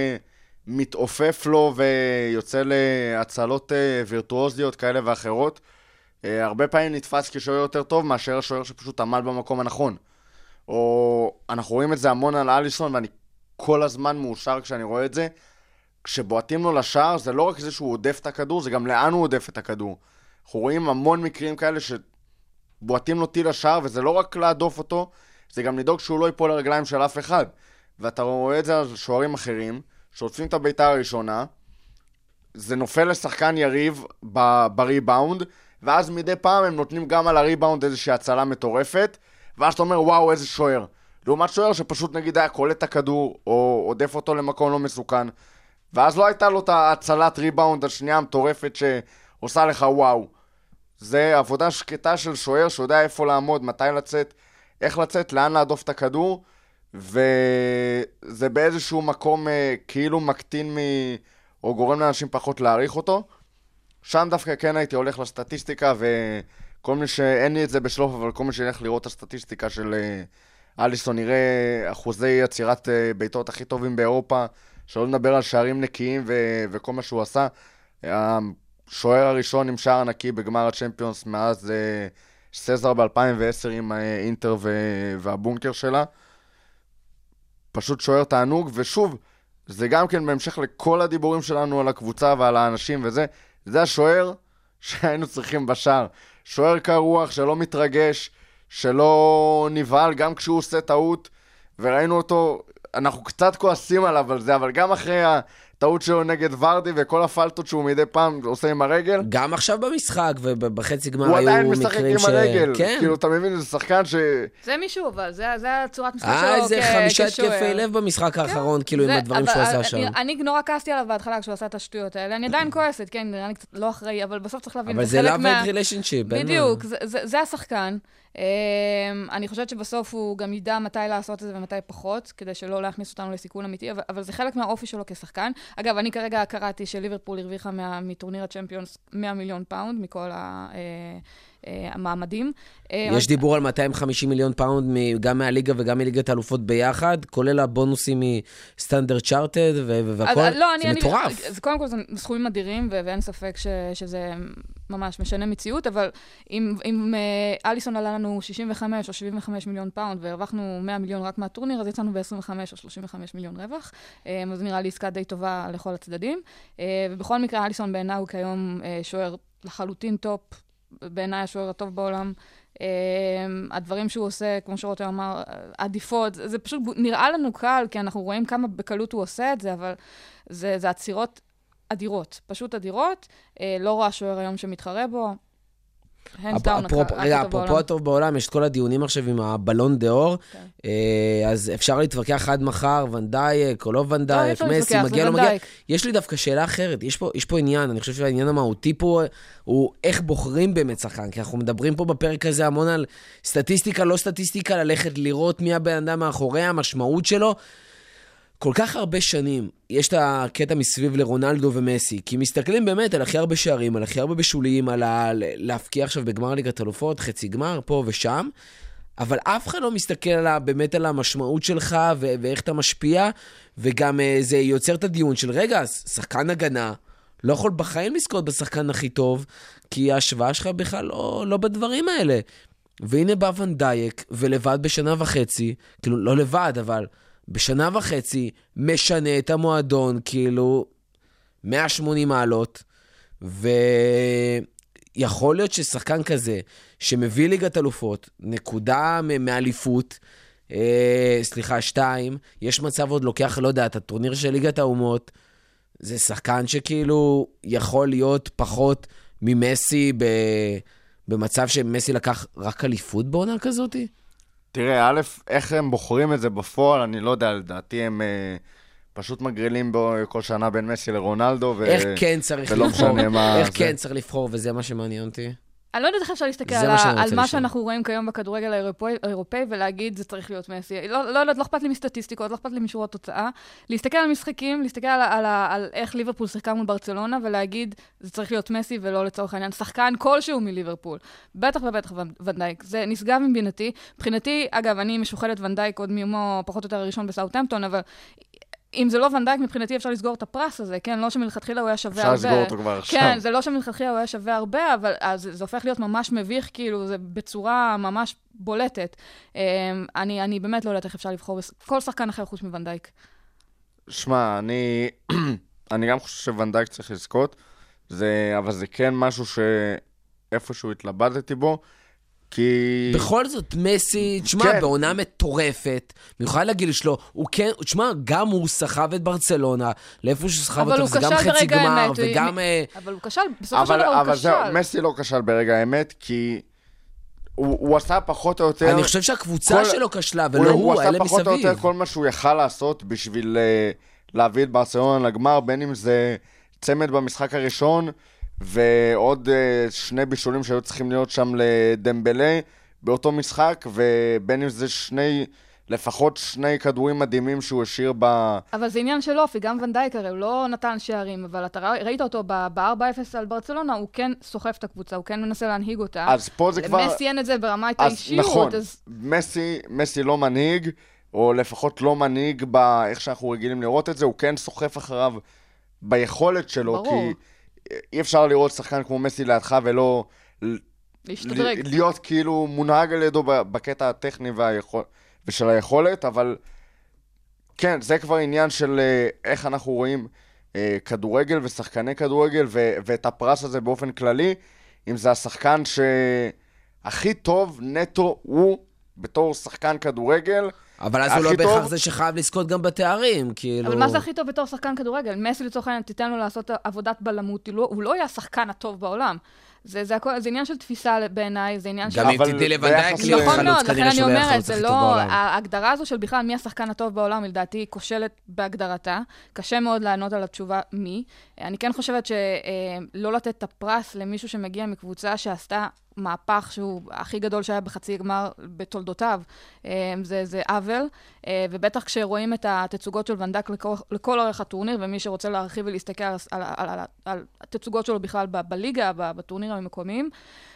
שמתעופף לו ויוצא להצלות וירטואוזיות כאלה ואחרות, הרבה פעמים נתפס כשוער יותר טוב מאשר השוער שפשוט עמד במקום הנכון. או אנחנו רואים את זה המון על אליסון, ואני כל הזמן מאושר כשאני רואה את זה, כשבועטים לו לשער, זה לא רק זה שהוא עודף את הכדור, זה גם לאן הוא עודף את הכדור. אנחנו רואים המון מקרים כאלה שבועטים לו טיל לשער, וזה לא רק להדוף אותו, זה גם לדאוג שהוא לא ייפול לרגליים של אף אחד. ואתה רואה את זה על שוערים אחרים, שעוטפים את הביתה הראשונה, זה נופל לשחקן יריב בריבאונד, ואז מדי פעם הם נותנים גם על הריבאונד איזושהי הצלה מטורפת, ואז אתה אומר, וואו, איזה שוער. לעומת שוער שפשוט נגיד היה קולט את הכדור, או עודף אותו למקום לא מסוכן, ואז לא הייתה לו את ההצלת ריבאונד השנייה המטורפת שעושה לך וואו. זה עבודה שקטה של שוער שיודע איפה לעמוד, מתי לצאת, איך לצאת, לאן להדוף את הכדור, וזה באיזשהו מקום כאילו מקטין או גורם לאנשים פחות להעריך אותו. שם דווקא כן הייתי הולך לסטטיסטיקה, וכל מי שאין לי את זה בשלוף, אבל כל מי שילך לראות את הסטטיסטיקה של אליסון, נראה אחוזי יצירת ביתות הכי טובים באירופה, שלא נדבר על שערים נקיים וכל מה שהוא עשה. השוער הראשון עם שער נקי בגמר הצ'מפיונס מאז סזר ב-2010 עם אינטר והבונקר שלה. פשוט שוער תענוג, ושוב, זה גם כן בהמשך לכל הדיבורים שלנו על הקבוצה ועל האנשים וזה, זה השוער שהיינו צריכים בשער. שוער קר רוח שלא מתרגש, שלא נבהל גם כשהוא עושה טעות, וראינו אותו, אנחנו קצת כועסים עליו על זה, אבל גם אחרי הטעות שלו נגד ורדי וכל הפלטות שהוא מדי פעם עושה עם הרגל. גם עכשיו במשחק ובחצי גמר היו מקרים הוא עדיין משחק עם הרגל. כן. כאילו, אתה מבין, זה שחקן זה מישהו, אבל זה הצורת משחק שלו זה 5 התקפי לב במשחק האחרון, כאילו עם הדברים שהוא עשה שם. אני נורא כעסתי עליו בהתחלה כשהוא עשה את השטויות האלה, אני עדיין כועסת, כן, אני קצת לא אחראי, אבל בסוף צריך להבין. אבל זה love and relationship. בדיוק, זה השחקן. אני חושבת שבסוף הוא גם ידע מתי לעשות את זה ומתי פחות, כדי שלא להכניס אותנו לסיכון אמיתי, אבל זה חלק מהאופי שלו כשחקן. אגב, אני כרגע קראתי שליברפול הרוויחה מטורניר הצ'מפיונס 100 מיליון פאונד מכל המעמדים. יש דיבור על 250 מיליון פאונד גם מהליגה וגם מליגת האלופות ביחד, כולל הבונוסים מסטנדרט צ'ארטד והכל. זה מטורף. קודם כל זה סכומים אדירים, ואין ספק שזה ממש משנה מציאות, אבל אם אליסון עלה לנו 65 או 75 מיליון פאונד, והרווחנו 100 מיליון רק מהטורניר, אז יצאנו ב-25 או 35 מיליון רווח. אז נראה לי עסקה די טובה לכל הצדדים. ובכל מקרה, אליסון בעיניי הוא כיום שוער לחלוטין טופ, בעיניי השוער הטוב בעולם. הדברים שהוא עושה, כמו שרותם אמר, עדיפות, זה פשוט נראה לנו קל, כי אנחנו רואים כמה בקלות הוא עושה את זה, אבל זה עצירות אדירות, פשוט אדירות. לא רואה שוער היום שמתחרה בו. רגע, אפרופו הטוב בעולם, יש את כל הדיונים עכשיו עם הבלון דאור, אז אפשר להתווכח עד מחר, ונדייק או לא ונדייק, מסי, מגיע לא מגיע. יש לי דווקא שאלה אחרת, יש פה עניין, אני חושב שהעניין המהותי פה הוא איך בוחרים באמת שחקן, כי אנחנו מדברים פה בפרק הזה המון על סטטיסטיקה, לא סטטיסטיקה, ללכת לראות מי הבן אדם מאחורי, המשמעות שלו. כל כך הרבה שנים, יש את הקטע מסביב לרונלדו ומסי, כי מסתכלים באמת על הכי הרבה שערים, על הכי הרבה בשולים, על להפקיע עכשיו בגמר ליגת אלופות, חצי גמר, פה ושם, אבל אף אחד לא מסתכל באמת על המשמעות שלך ואיך אתה משפיע, וגם זה יוצר את הדיון של רגע, שחקן הגנה, לא יכול בחיים לזכות בשחקן הכי טוב, כי ההשוואה שלך בכלל לא בדברים האלה. והנה בא ונדייק, ולבד בשנה וחצי, כאילו לא לבד, אבל בשנה וחצי משנה את המועדון, כאילו 180 מעלות, ויכול להיות ששחקן כזה, שמביא ליגת אלופות, נקודה מאליפות, 2, יש מצב עוד לוקח, לא יודע, את הטורניר של ליגת האומות, זה שחקן שכאילו יכול להיות פחות ממסי במצב שמסי לקח רק אליפות בעונה כזאת? תראה, א', איך הם בוחרים את זה בפועל, אני לא יודע, לדעתי הם פשוט מגרילים בו כל שנה בין מסי לרונלדו, איך כן צריך לבחור, איך כן צריך לבחור, וזה מה שמעניין אותי. אני לא יודעת איך אפשר להסתכל על מה שאנחנו רואים כיום בכדורגל האירופאי, ולהגיד זה צריך להיות מסי. לא יודעת, לא אכפת לי מסטטיסטיקות, לא אכפת לי משורות תוצאה. להסתכל על משחקים, להסתכל על איך ליברפול שיחקה מול ברצלונה, ולהגיד זה צריך להיות מסי, ולא לצורך העניין שחקן כלשהו מליברפול. בטח ובטח ונדייק. זה נשגב מבינתי. מבחינתי, אגב, אני משוחדת ונדייק עוד מיומו פחות או יותר הראשון בסאות'המפטון, אבל אם זה לא ונדייק, מבחינתי אפשר לסגור את הפרס הזה, כן? לא שמלכתחילה הוא היה שווה הרבה. אפשר לסגור אותו כבר עכשיו. כן, זה לא שמלכתחילה הוא היה שווה הרבה, אבל אז זה הופך להיות ממש מביך, כאילו, זה בצורה ממש בולטת. אני באמת לא יודעת איך אפשר לבחור כל שחקן אחר חוץ מוונדייק. שמע, אני גם חושב שוונדייק צריך לזכות, אבל זה כן משהו שאיפשהו התלבטתי בו, כי בכל זאת, מסי, תשמע, בעונה מטורפת, מיוחד לגיל שלו, הוא כן, תשמע, גם הוא סחב את ברצלונה, לאיפה שהוא סחב אותו, זה גם חצי גמר, וגם אבל הוא כשל, בסופו של דבר הוא כשל. אבל זהו, מסי לא כשל ברגע האמת, כי הוא עשה פחות או יותר אני חושב שהקבוצה שלו כשלה, ולא הוא, האלה מסביב. הוא עשה פחות או יותר כל מה שהוא יכל לעשות בשביל להביא את ברצלונה לגמר, בין אם זה צמד במשחק הראשון, ועוד 2 בישולים שהיו צריכים להיות שם לדמבלה באותו משחק, ובין אם זה לפחות 2 כדורים מדהימים שהוא השאיר אבל זה עניין של אופי, גם ונדייק הרי הוא לא נתן שערים, אבל אתה ראית אותו ב-4-0 על ברצלונה, הוא כן סוחף את הקבוצה, הוא כן מנסה להנהיג אותה. אז פה זה כבר למסי אין את זה ברמת האישיות. נכון, מסי לא מנהיג, או לפחות לא מנהיג באיך שאנחנו רגילים לראות את זה, הוא כן סוחף אחריו ביכולת שלו, ברור. כי אי אפשר לראות שחקן כמו מסי לידך ולא להיות כאילו מונהג על ידו בקטע הטכני ושל היכולת, אבל כן, זה כבר עניין של איך אנחנו רואים כדורגל ושחקני כדורגל ואת הפרס הזה באופן כללי, אם זה השחקן שהכי טוב נטו הוא בתור שחקן כדורגל, אבל אז הוא לא בהכרח זה שחייב לזכות גם בתארים, כאילו. אבל מה זה הכי טוב בתור שחקן כדורגל? מסי לצורך העניין, תיתן לו לעשות עבודת בלמות, הוא לא יהיה השחקן הטוב בעולם. זה עניין של תפיסה בעיניי, זה עניין של... גם אם תדעי לוונדייק להיות חלוץ, כנראה שהוא לא יכול לצחק טוב בעולם. ההגדרה הזו של בכלל מי השחקן הטוב בעולם, לדעתי כושלת בהגדרתה. קשה מאוד לענות על התשובה מי. אני כן חושבת שלא לתת את הפרס למישהו שמגיע מקבוצה שעשתה מהפך שהוא הכי גדול שהיה בחצי גמר בתולדותיו, זה עוול, ובטח כשרואים את התצוגות של ונדייק לכל אורך הטורניר, ומי שרוצה להרחיב ולהסתכל על התצוגות שלו בכלל בליגה, בטורנירים המקומיים,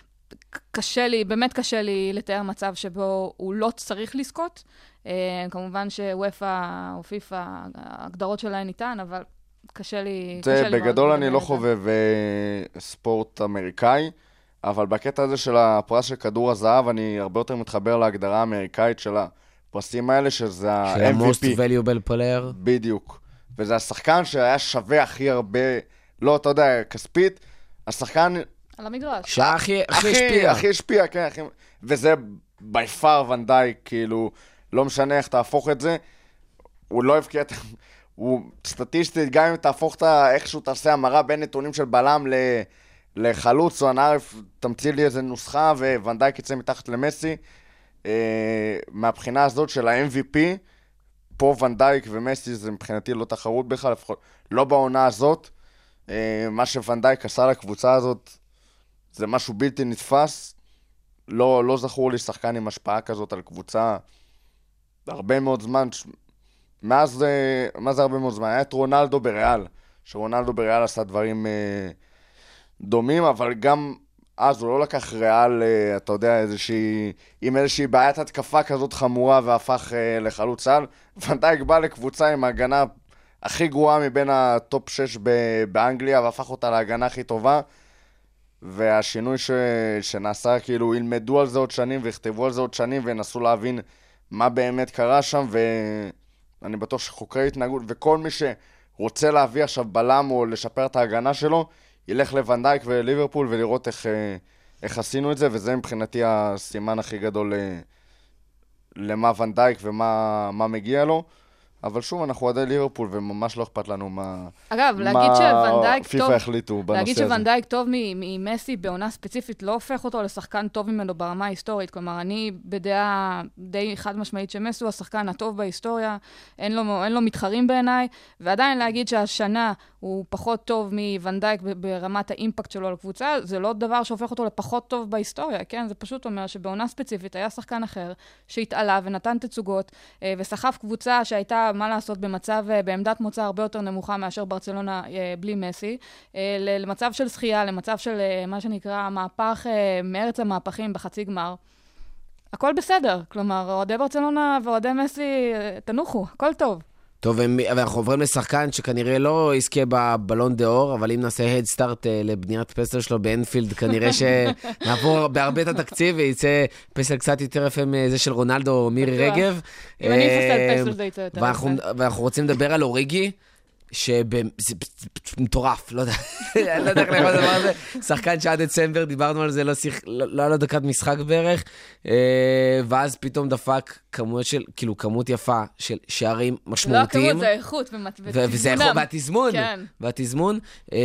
באמת קשה לי לתאר מצב שבו הוא לא צריך לזכות. כמובן שוופא או פיפא, ההגדרות שלהן ניתן, אבל קשה לי... בגדול אני לא חובב ספורט אמריקאי, אבל בקטע הזה של הפרס של כדור הזהב, אני הרבה יותר מתחבר להגדרה האמריקאית של הפרסים האלה, שזה ה-MVP. של ה-most valuable player. בדיוק. וזה השחקן שהיה שווה הכי הרבה, לא, אתה יודע, כספית, השחקן... על המגרש. שהכי השפיע. הכי השפיע, כן. וזה by far ונדייק, כאילו, לא משנה איך תהפוך את זה, הוא לא הבקיע את... הוא סטטיסטית, גם אם תהפוך איכשהו תעשה המרה בין נתונים של בלם לחלוץ או הנערף, תמציא לי איזה נוסחה, וונדייק יצא מתחת למסי. מהבחינה הזאת של ה-MVP, פה וונדייק ומסי זה מבחינתי לא תחרות בכלל, לפחות לא בעונה הזאת. מה שוונדייק עשה לקבוצה הזאת, זה משהו בלתי נתפס. לא זכור לי שחקן עם השפעה כזאת על קבוצה הרבה מאוד זמן. מה זה הרבה מאוד זמן? היה את רונלדו בריאל, שרונלדו בריאל עשה דברים דומים, אבל גם אז הוא לא לקח ריאל, אתה יודע, עם איזושהי בעיית התקפה כזאת חמורה והפך לחלוץ על. וונדייק בא לקבוצה עם ההגנה הכי גרועה מבין הטופ 6 באנגליה, והפך אותה להגנה הכי טובה. והשינוי שנעשה, כאילו, ילמדו על זה עוד שנים ויכתבו על זה עוד שנים וינסו להבין מה באמת קרה שם, ואני בטוח שחוקרי התנהגות, וכל מי שרוצה להביא עכשיו בלם או לשפר את ההגנה שלו, ילך לוונדייק וליברפול ולראות איך עשינו את זה, וזה מבחינתי הסימן הכי גדול למה וונדייק ומה מגיע לו. אבל שוב, אנחנו עדי ליברפול, וממש לא אכפת לנו מה פיפה החליטו בנושא הזה. להגיד שוונדייק טוב ממסי בעונה ספציפית לא הופך אותו לשחקן טוב ממנו ברמה ההיסטורית. כלומר, אני בדעה די חד משמעית שמסי הוא השחקן הטוב בהיסטוריה, אין לו מתחרים בעיניי, ועדיין להגיד שהשנה הוא פחות טוב מוונדייק ברמת האימפקט שלו לקבוצה, זה לא דבר שהופך אותו לפחות טוב בהיסטוריה, כן? זה פשוט אומר שבעונה ספציפית היה שחקן אחר שהתעלה ונתן תצוגות, וסחף קבוצה שהייתה, מה לעשות, בעמדת מוצא הרבה יותר נמוכה מאשר ברצלונה בלי מסי, למצב של זכייה, למצב של מה שנקרא מהפך מארץ המהפכים בחצי גמר. הכל בסדר, כלומר, אוהדי ברצלונה ואוהדי מסי, תנוחו, הכל טוב. טוב, ואנחנו עוברים לשחקן שכנראה לא יזכה בבלון דאור, אבל אם נעשה הדסטארט לבניית פסל שלו באנפילד, כנראה שנעבור בהרבה את התקציב, ויצא פסל קצת יותר יפה מזה של רונלדו או מירי רגב. אם אני אפסל פסל זה יצא יותר יפה. ואנחנו רוצים לדבר על אוריגי, שזה מטורף, לא יודע איך למה הדבר הזה, שחקן שעד דצמבר, דיברנו על זה, לא היה לו דקת משחק בערך, ואז פתאום דפק כמות יפה של שערים משמעותיים. לא הכמות, זה איכות, וזה איכות, והתזמון,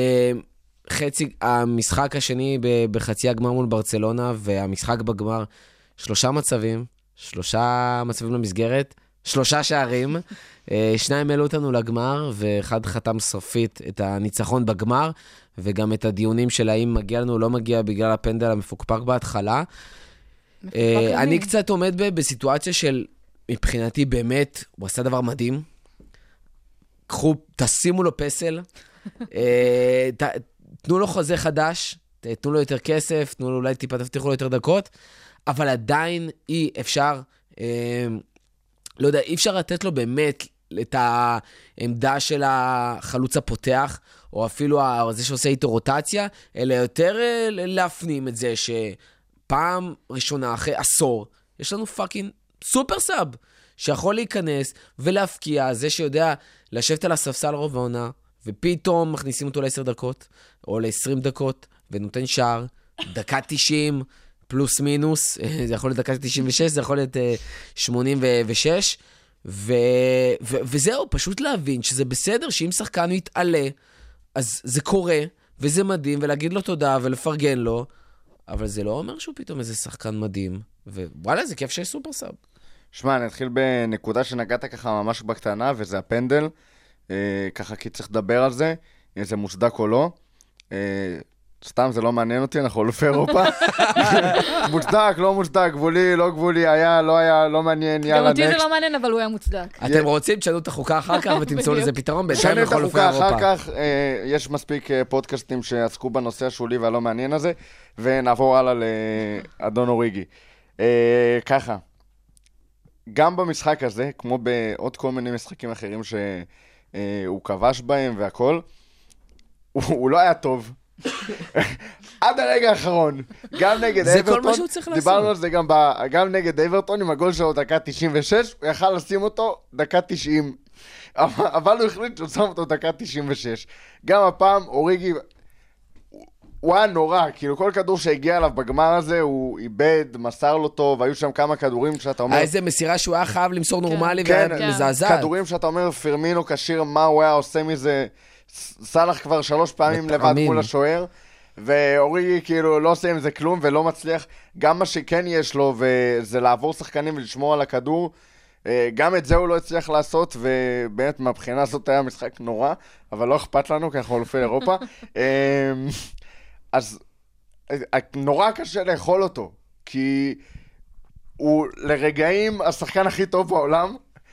חצי, המשחק השני בחצי הגמר מול ברצלונה, והמשחק בגמר, 3 מצבים למסגרת, 3 שערים, 2 העלו אותנו לגמר, ואחד חתם סופית את הניצחון בגמר, וגם את הדיונים של האם מגיע לנו או לא מגיע בגלל הפנדל המפוקפק בהתחלה. אני קצת עומד בסיטואציה של, מבחינתי באמת, הוא עשה דבר מדהים. תשימו לו פסל, תנו לו חוזה חדש, תנו לו יותר כסף, תנו לו אולי טיפה, תבטיחו לו יותר דקות, אבל עדיין אי אפשר... לא יודע, אי אפשר לתת לו באמת את העמדה של החלוץ הפותח, או אפילו זה שעושה איתו רוטציה, אלא יותר להפנים את זה שפעם ראשונה אחרי עשור, יש לנו פאקינג סופר סאב, שיכול להיכנס ולהפקיע, זה שיודע לשבת על הספסל רוב העונה, ופתאום מכניסים אותו ל10 דקות, או ל20 דקות, ונותן שער, דקה 90, פלוס מינוס, זה יכול להיות דקה 96, זה יכול להיות 86, וזהו, פשוט להבין שזה בסדר, שאם שחקן יתעלה, אז זה קורה, וזה מדהים, ולהגיד לו תודה, ולפרגן לו, אבל זה לא אומר שהוא פתאום איזה שחקן מדהים, ווואלה, זה כיף שיש סופר סאב. שמע, אני אתחיל בנקודה שנגעת ככה ממש בקטנה, וזה הפנדל, ככה כי צריך לדבר על זה, אם זה מוצדק או לא, סתם, זה לא מעניין אותי, אנחנו אלופי אירופה. מוצדק, לא מוצדק, גבולי, לא גבולי, היה, לא היה, לא מעניין, יאללה, נקסט. גם אותי זה לא מעניין, אבל הוא היה מוצדק. אתם רוצים, תשנו את החוקה אחר כך ותמצאו לזה פתרון, תשנו את החוקה אחר כך, יש מספיק פודקאסטים שעסקו בנושא השולי והלא מעניין הזה, ונעבור הלאה לאדון אוריגי. ככה, גם במשחק הזה, כמו בעוד כל מיני משחקים אחרים שהוא כבש בהם והכל, הוא לא היה טוב. עד הרגע האחרון, גם נגד אברטון, דיברנו על זה גם נגד אברטון, עם הגול שלו דקה 96, הוא יכל לשים אותו דקה 90, אבל הוא החליט שהוא שם אותו דקה 96. גם הפעם אוריגי, הוא היה נורא, כאילו כל כדור שהגיע אליו בגמר הזה, הוא איבד, מסר לו טוב, היו שם כמה כדורים שאתה אומר... איזה מסירה שהוא היה חייב למסור נורמלי ומזעזעת. כדורים שאתה אומר, פרמינו קשיר, מה הוא היה עושה מזה... סלח כבר 3 פעמים לבד מול השוער, ואוריגי כאילו לא עושה עם זה כלום ולא מצליח, גם מה שכן יש לו, וזה לעבור שחקנים ולשמור על הכדור, גם את זה הוא לא הצליח לעשות, ובאמת מהבחינה הזאת היה משחק נורא, אבל לא אכפת לנו, כי אנחנו אלופי אירופה. אז נורא קשה לאכול אותו, כי הוא לרגעים השחקן הכי טוב בעולם,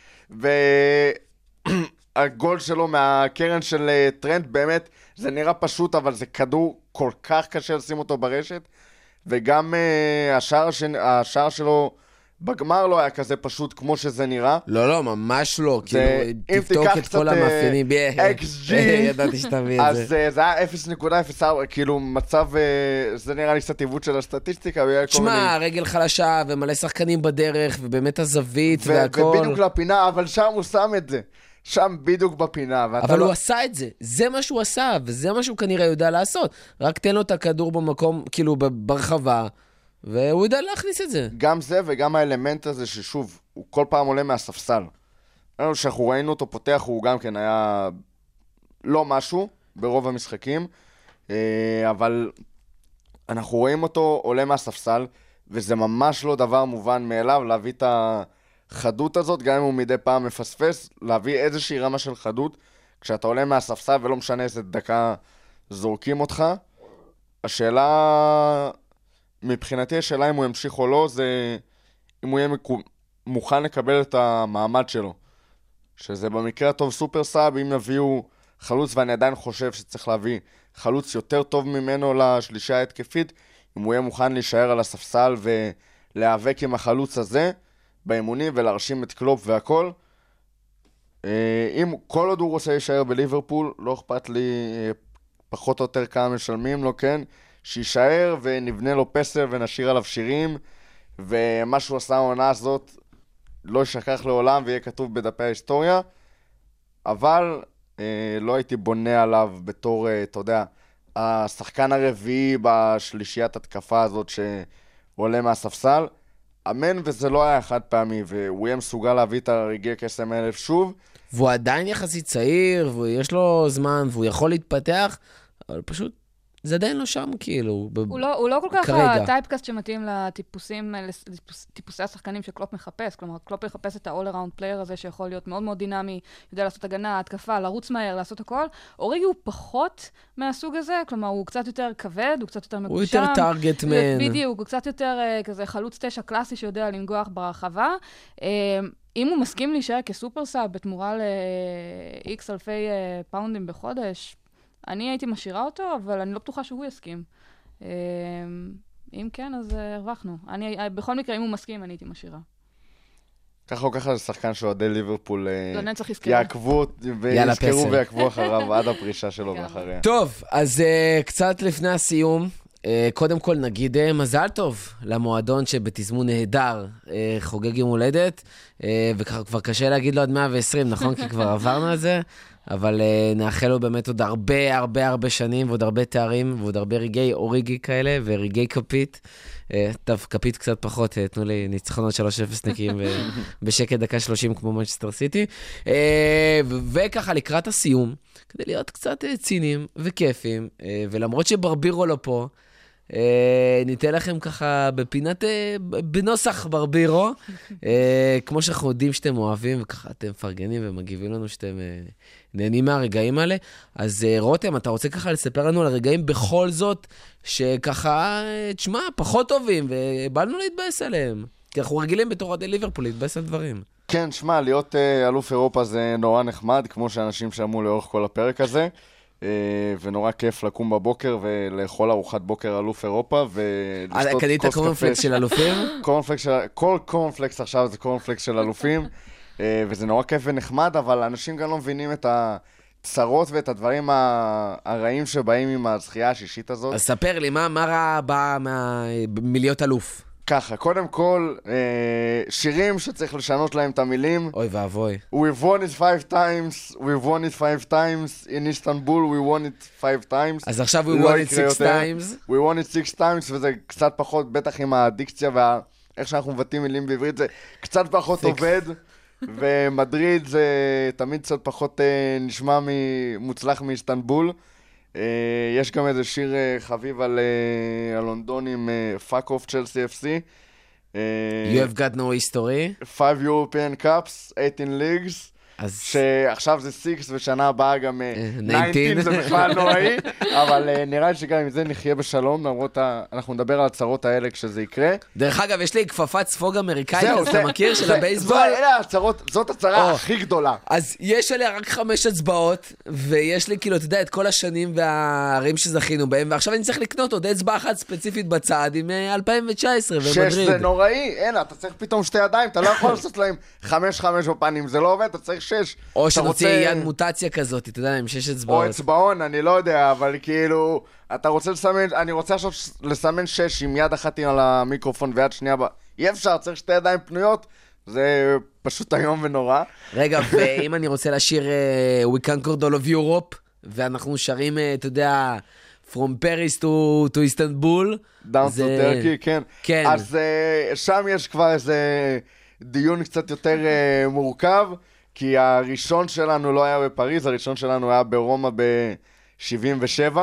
והגול שלו מהקרן של טרנט, באמת, זה נראה פשוט, אבל זה כדור כל כך קשה לשים אותו ברשת, וגם השער שלו בגמר לא היה כזה פשוט כמו שזה נראה. לא, ממש לא. כאילו, תבדוק את כל המאפיינים. XG, ידעתי שתביא את זה. אז זה היה 0.04, כאילו מצב, זה נראה לי קצת עיוות של הסטטיסטיקה. שמע, רגל חלשה ומלא שחקנים בדרך, ובאמת הזווית והכל. ובדיוק לפינה, אבל שם הוא שם את זה. שם בדיוק בפינה. אבל הוא עשה את זה. זה מה שהוא עשה, וזה מה שהוא כנראה יודע לעשות. רק תן לו את הכדור במקום, כאילו ברחבה, והוא יודע להכניס את זה. גם זה וגם האלמנט הזה ששוב, הוא כל פעם עולה מהספסל. כשאנחנו ראינו אותו פותח, הוא גם כן היה לא משהו ברוב המשחקים, אבל אנחנו רואים אותו עולה מהספסל, וזה ממש לא דבר מובן מאליו להביא את החדות הזאת, גם אם הוא מדי פעם מפספס, להביא איזושהי רמה של חדות, כשאתה עולה מהספסל ולא משנה איזה דקה זורקים אותך. השאלה... מבחינתי השאלה אם הוא ימשיך או לא, זה אם הוא יהיה מוכן לקבל את המעמד שלו. שזה במקרה הטוב סופר סאב, אם יביאו חלוץ, ואני עדיין חושב שצריך להביא חלוץ יותר טוב ממנו לשלישה התקפית, אם הוא יהיה מוכן להישאר על הספסל ולהיאבק עם החלוץ הזה באימונים ולהרשים את קלופ והכל. אם כל עוד הוא רוצה להישאר בליברפול, לא אכפת לי פחות או יותר כמה משלמים לו, כן? שישאר ונבנה לו פסל ונשאיר עליו שירים, ומה שהוא עשה העונה הזאת לא ישכח לעולם ויהיה כתוב בדפי ההיסטוריה, אבל לא הייתי בונה עליו בתור, אתה יודע, השחקן הרביעי בשלישיית התקפה הזאת שעולה מהספסל. אמן, וזה לא היה חד פעמי, והוא יהיה מסוגל להביא את הרגעי קסם האלה שוב. והוא עדיין יחסית צעיר, ויש לו זמן, והוא יכול להתפתח, אבל פשוט זה עדיין לא שם, כאילו, הוא לא כל כך הטייפקאסט שמתאים לטיפוסי השחקנים שקלופ מחפש. כלומר, קלופ מחפש את ה-all-around player הזה שיכול להיות מאוד מאוד דינמי, יודע לעשות הגנה, התקפה, לרוץ מהר, לעשות הכל. אוריגי הוא פחות מהסוג הזה, כלומר, הוא קצת יותר כבד, הוא קצת יותר מגושם. הוא יותר טארגט מן. בדיוק, הוא קצת יותר כזה חלוץ 9 קלאסי שיודע לנגוח ברחבה. אם הוא מסכים להישאר כסופר סאב בתמורה ל-X אלפי פאונדים בחודש, אני הייתי משאירה אותו, אבל אני לא בטוחה שהוא יסכים. אם כן, אז הרווחנו. בכל מקרה, אם הוא מסכים, אני הייתי משאירה. ככה או ככה זה שחקן שאוהדי ליברפול לנצח יזכרו. יזכרו ויעקבו אחריו עד הפרישה שלו ואחריה. טוב, אז קצת לפני הסיום, קודם כל נגיד מזל טוב למועדון שבתזמון נהדר חוגג יום הולדת, וכבר קשה להגיד לו עד 120, נכון? כי כבר עברנו על זה. אבל נאחל לו באמת עוד הרבה שנים, ועוד הרבה תארים, ועוד הרבה רגעי אוריגי כאלה, ורגעי כפית. טוב, כפית קצת פחות, תנו לי ניצחונות 3-0 נקים, בשקט דקה 30 כמו מנצ'סטר סיטי. וככה לקראת הסיום, כדי להיות קצת ציניים וכיפים, ולמרות שברבירו לא פה, ניתן לכם ככה בפינת, בנוסח ברבירו, כמו שאנחנו יודעים שאתם אוהבים, וככה אתם מפרגנים ומגיבים לנו שאתם נהנים מהרגעים האלה. אז רותם, אתה רוצה ככה לספר לנו על הרגעים בכל זאת, שככה, תשמע, פחות טובים, ובאנו להתבאס עליהם. כי אנחנו רגילים בתור עדי ליברפול להתבאס על דברים. כן, שמע, להיות אלוף אירופה זה נורא נחמד, כמו שאנשים שמעו לאורך כל הפרק הזה. ונורא כיף לקום בבוקר ולאכול ארוחת בוקר אלוף אירופה ולשתות כוס קפה. קנית קורנפלקס של אלופים? כל קורנפלקס עכשיו זה קורנפלקס של אלופים, וזה נורא כיף ונחמד, אבל אנשים גם לא מבינים את הצרות ואת הדברים הרעים שבאים עם הזכייה השישית הזאת. אז ספר לי, מה רע בא מלהיות אלוף? ככה, קודם כל, שירים שצריך לשנות להם את המילים. אוי ואבוי. We've won it 5 times, we've won it 5 times, in Istanbul we won it 5 times. אז עכשיו we won it 6 times. We won it 6 times, וזה קצת פחות, בטח עם האדיקציה ואיך שאנחנו מבטאים מילים בעברית, זה קצת פחות עובד. ומדריד זה תמיד קצת פחות נשמע מוצלח מאיסטנבול. יש גם איזה שיר חביב על לונדונים, Fuck Off Chelsea FC. You have got no history. 5 European Cups, 18 Leagues. שעכשיו זה 6 ושנה הבאה גם 19, זה בכלל נוראי, אבל נראה לי שגם עם זה נחיה בשלום, למרות אנחנו נדבר על הצרות האלה כשזה יקרה. דרך אגב, יש לי כפפת ספוג אמריקאית, אז אתה מכיר של הבייסבול? אלה הצרות, זאת הצרה הכי גדולה. אז יש עליה רק 5 הצבעות, ויש לי כאילו, אתה יודע, את כל השנים והערים שזכינו בהם, ועכשיו אני צריך לקנות עוד אצבע אחת ספציפית בצד עם 2019 ומדריד. 6 זה נוראי, אין, אתה צריך פתאום 2 ידיים, אתה לא יכול לעשות להם 5-5 בפנים, זה לא עובד, אתה צריך 6. או שנוציא יד מוטציה כזאת, אתה יודע, עם 6 אצבעות. או אצבעון, אני לא יודע, אבל כאילו, אתה רוצה לסמן, אני רוצה עכשיו לסמן 6 עם יד אחת על המיקרופון ויד שנייה, אי אפשר, צריך 2 ידיים פנויות, זה פשוט היום ונורא. רגע, ואם אני רוצה לשיר We Conquered All of Europe, ואנחנו שרים, אתה יודע, From Paris to Istanbul. Down to Turkey, כן. כן. אז שם יש כבר איזה דיון קצת יותר מורכב, כי הראשון שלנו לא היה בפריז, הראשון שלנו היה ברומא ב-77,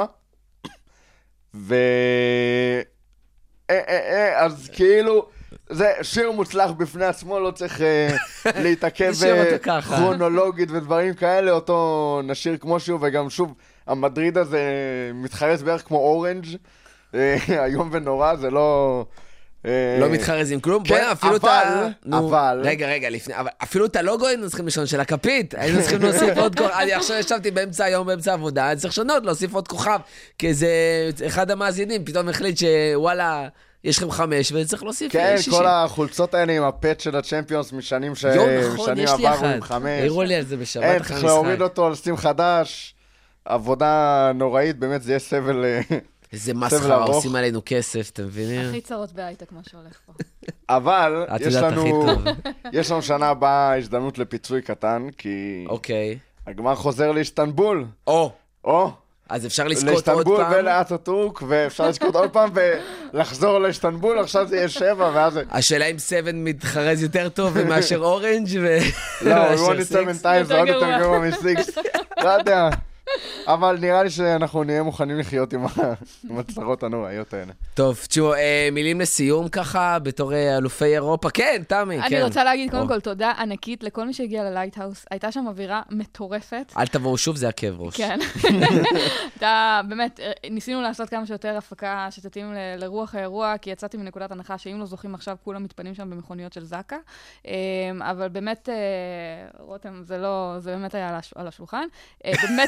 אז כאילו, זה שיר מוצלח בפני עצמו, לא צריך להתעכב כרונולוגית ודברים כאלה, אותו נשיר כמו שהוא, וגם שוב, המדריד הזה מתחרז בערך כמו אורנג', היום ונורא, זה לא... לא מתחרז עם כלום? כן, אבל... רגע, לפני, אפילו את הלוגו היינו צריכים לשנות של הכפית, היינו צריכים להוסיף עוד כוכב, אני עכשיו ישבתי באמצע היום, באמצע העבודה, אני צריך לשנות, להוסיף עוד כוכב, כי זה אחד המאזינים, פתאום החליט שוואלה, יש לכם 5, וצריך להוסיף 60. כן, כל החולצות האלה עם הפט של הצ'מפיונס משנים עברו עם 5. הראו לי על זה בשבת אין, צריך להוריד אותו, לשים חדש, עבודה נוראית, באמת זה יהיה סבל... איזה מסחרה עושים עלינו כסף, אתם מבינים? הכי צרות בהייטק מה שהולך פה. אבל יש לנו שנה הבאה הזדמנות לפיצוי קטן, כי הגמר חוזר לאיסטנבול. אז אפשר לזכות עוד פעם. לאיסטנבול ולאטאטורק, ואפשר לזכות עוד פעם ולחזור לאיסטנבול, עכשיו זה יהיה 7, ואז... השאלה אם 7 מתחרז יותר טוב מאשר אורנג' לא, 7 times זה עוד יותר גרוע מ-6. לא יודע. אבל נראה לי שאנחנו נהיה מוכנים לחיות עם הצרות הנוראיות האלה. טוב, תשמעו, מילים לסיום ככה, בתור אלופי אירופה. כן, תמי, כן. אני רוצה להגיד קודם כל תודה ענקית לכל מי שהגיע ללייטהאוס. הייתה שם אווירה מטורפת. אל תבואו שוב, זה הכאב ראש. כן. באמת, ניסינו לעשות כמה שיותר הפקה שתתאים לרוח האירוע, כי יצאתי מנקודת הנחה שאם לא זוכים עכשיו, כולם מתפנים שם במכוניות של זקה. אבל באמת, רותם, זה באמת היה על השולחן. באמת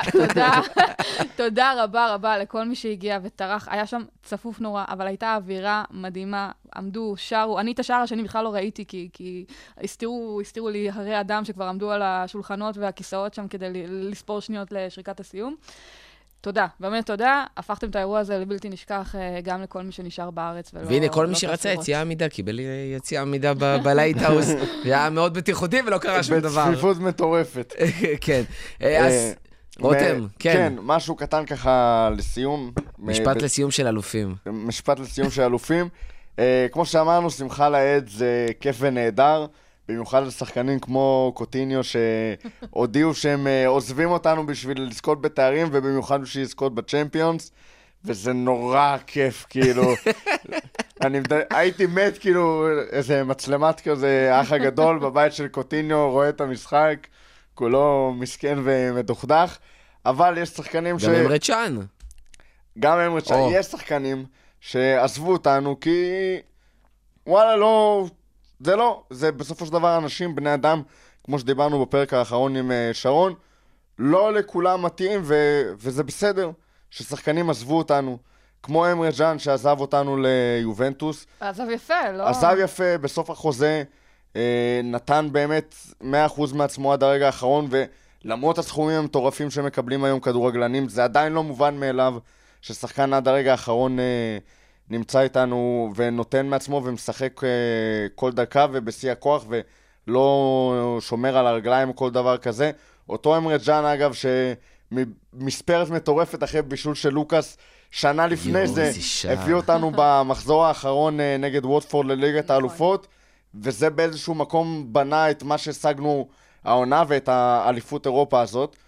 תודה רבה לכל מי שהגיע וטרח. היה שם צפוף נורא, אבל הייתה אווירה מדהימה. עמדו, שרו. אני את השער השני בכלל לא ראיתי, כי הסתירו לי הרי אדם שכבר עמדו על השולחנות והכיסאות שם כדי לספור שניות לשריקת הסיום. תודה, באמת תודה. הפכתם את האירוע הזה לבלתי נשכח גם לכל מי שנשאר בארץ. והנה, כל מי שרצה יציאה עמידה, קיבל יציאה עמידה בלייטהאוס. זה היה מאוד בטיחותי ולא קרה שום דבר. בצפיפות מטורפת. כן. אז... רותם, כן. כן, משהו קטן ככה לסיום. משפט לסיום של אלופים. משפט לסיום של אלופים. כמו שאמרנו, שמחה לעד זה כיף ונהדר, במיוחד לשחקנים כמו קוטיניו שהודיעו שהם עוזבים אותנו בשביל לזכות בתארים, ובמיוחד בשביל לזכות בצ'מפיונס, וזה נורא כיף, כאילו. הייתי מת, כאילו, איזה מצלמת כזה, האח הגדול בבית של קוטיניו, רואה את המשחק, כולו מסכן ומדוכדך, אבל יש שחקנים גם אמרת שען. גם אמרת שען. יש שחקנים שעזבו אותנו, כי וואלה, לא, זה לא. זה בסופו של דבר אנשים, בני אדם, כמו שדיברנו בפרק האחרון עם שרון, לא לכולם מתאים, וזה בסדר ששחקנים עזבו אותנו. כמו אמרת שען שעזב אותנו ליובנטוס. עזב יפה, לא? עזב יפה, בסוף החוזה, נתן באמת 100% מעצמו עד הרגע האחרון, ולמרות הסכומים המטורפים שמקבלים היום כדורגלנים, זה עדיין לא מובן מאליו ששחקן עד הרגע האחרון נמצא איתנו ונותן מעצמו ומשחק כל דקה ובשיא הכוח ולא שומר על הרגליים או כל דבר כזה. אותו אמרת ג'אן אגב שמספרת מטורפת אחרי בישול של לוקאס שנה לפני זה הביא אותנו במחזור האחרון נגד ווטפורד לליגת האלופות, וזה באיזשהו מקום בנה את מה שהשגנו העונה ואת האליפות אירופה הזאת.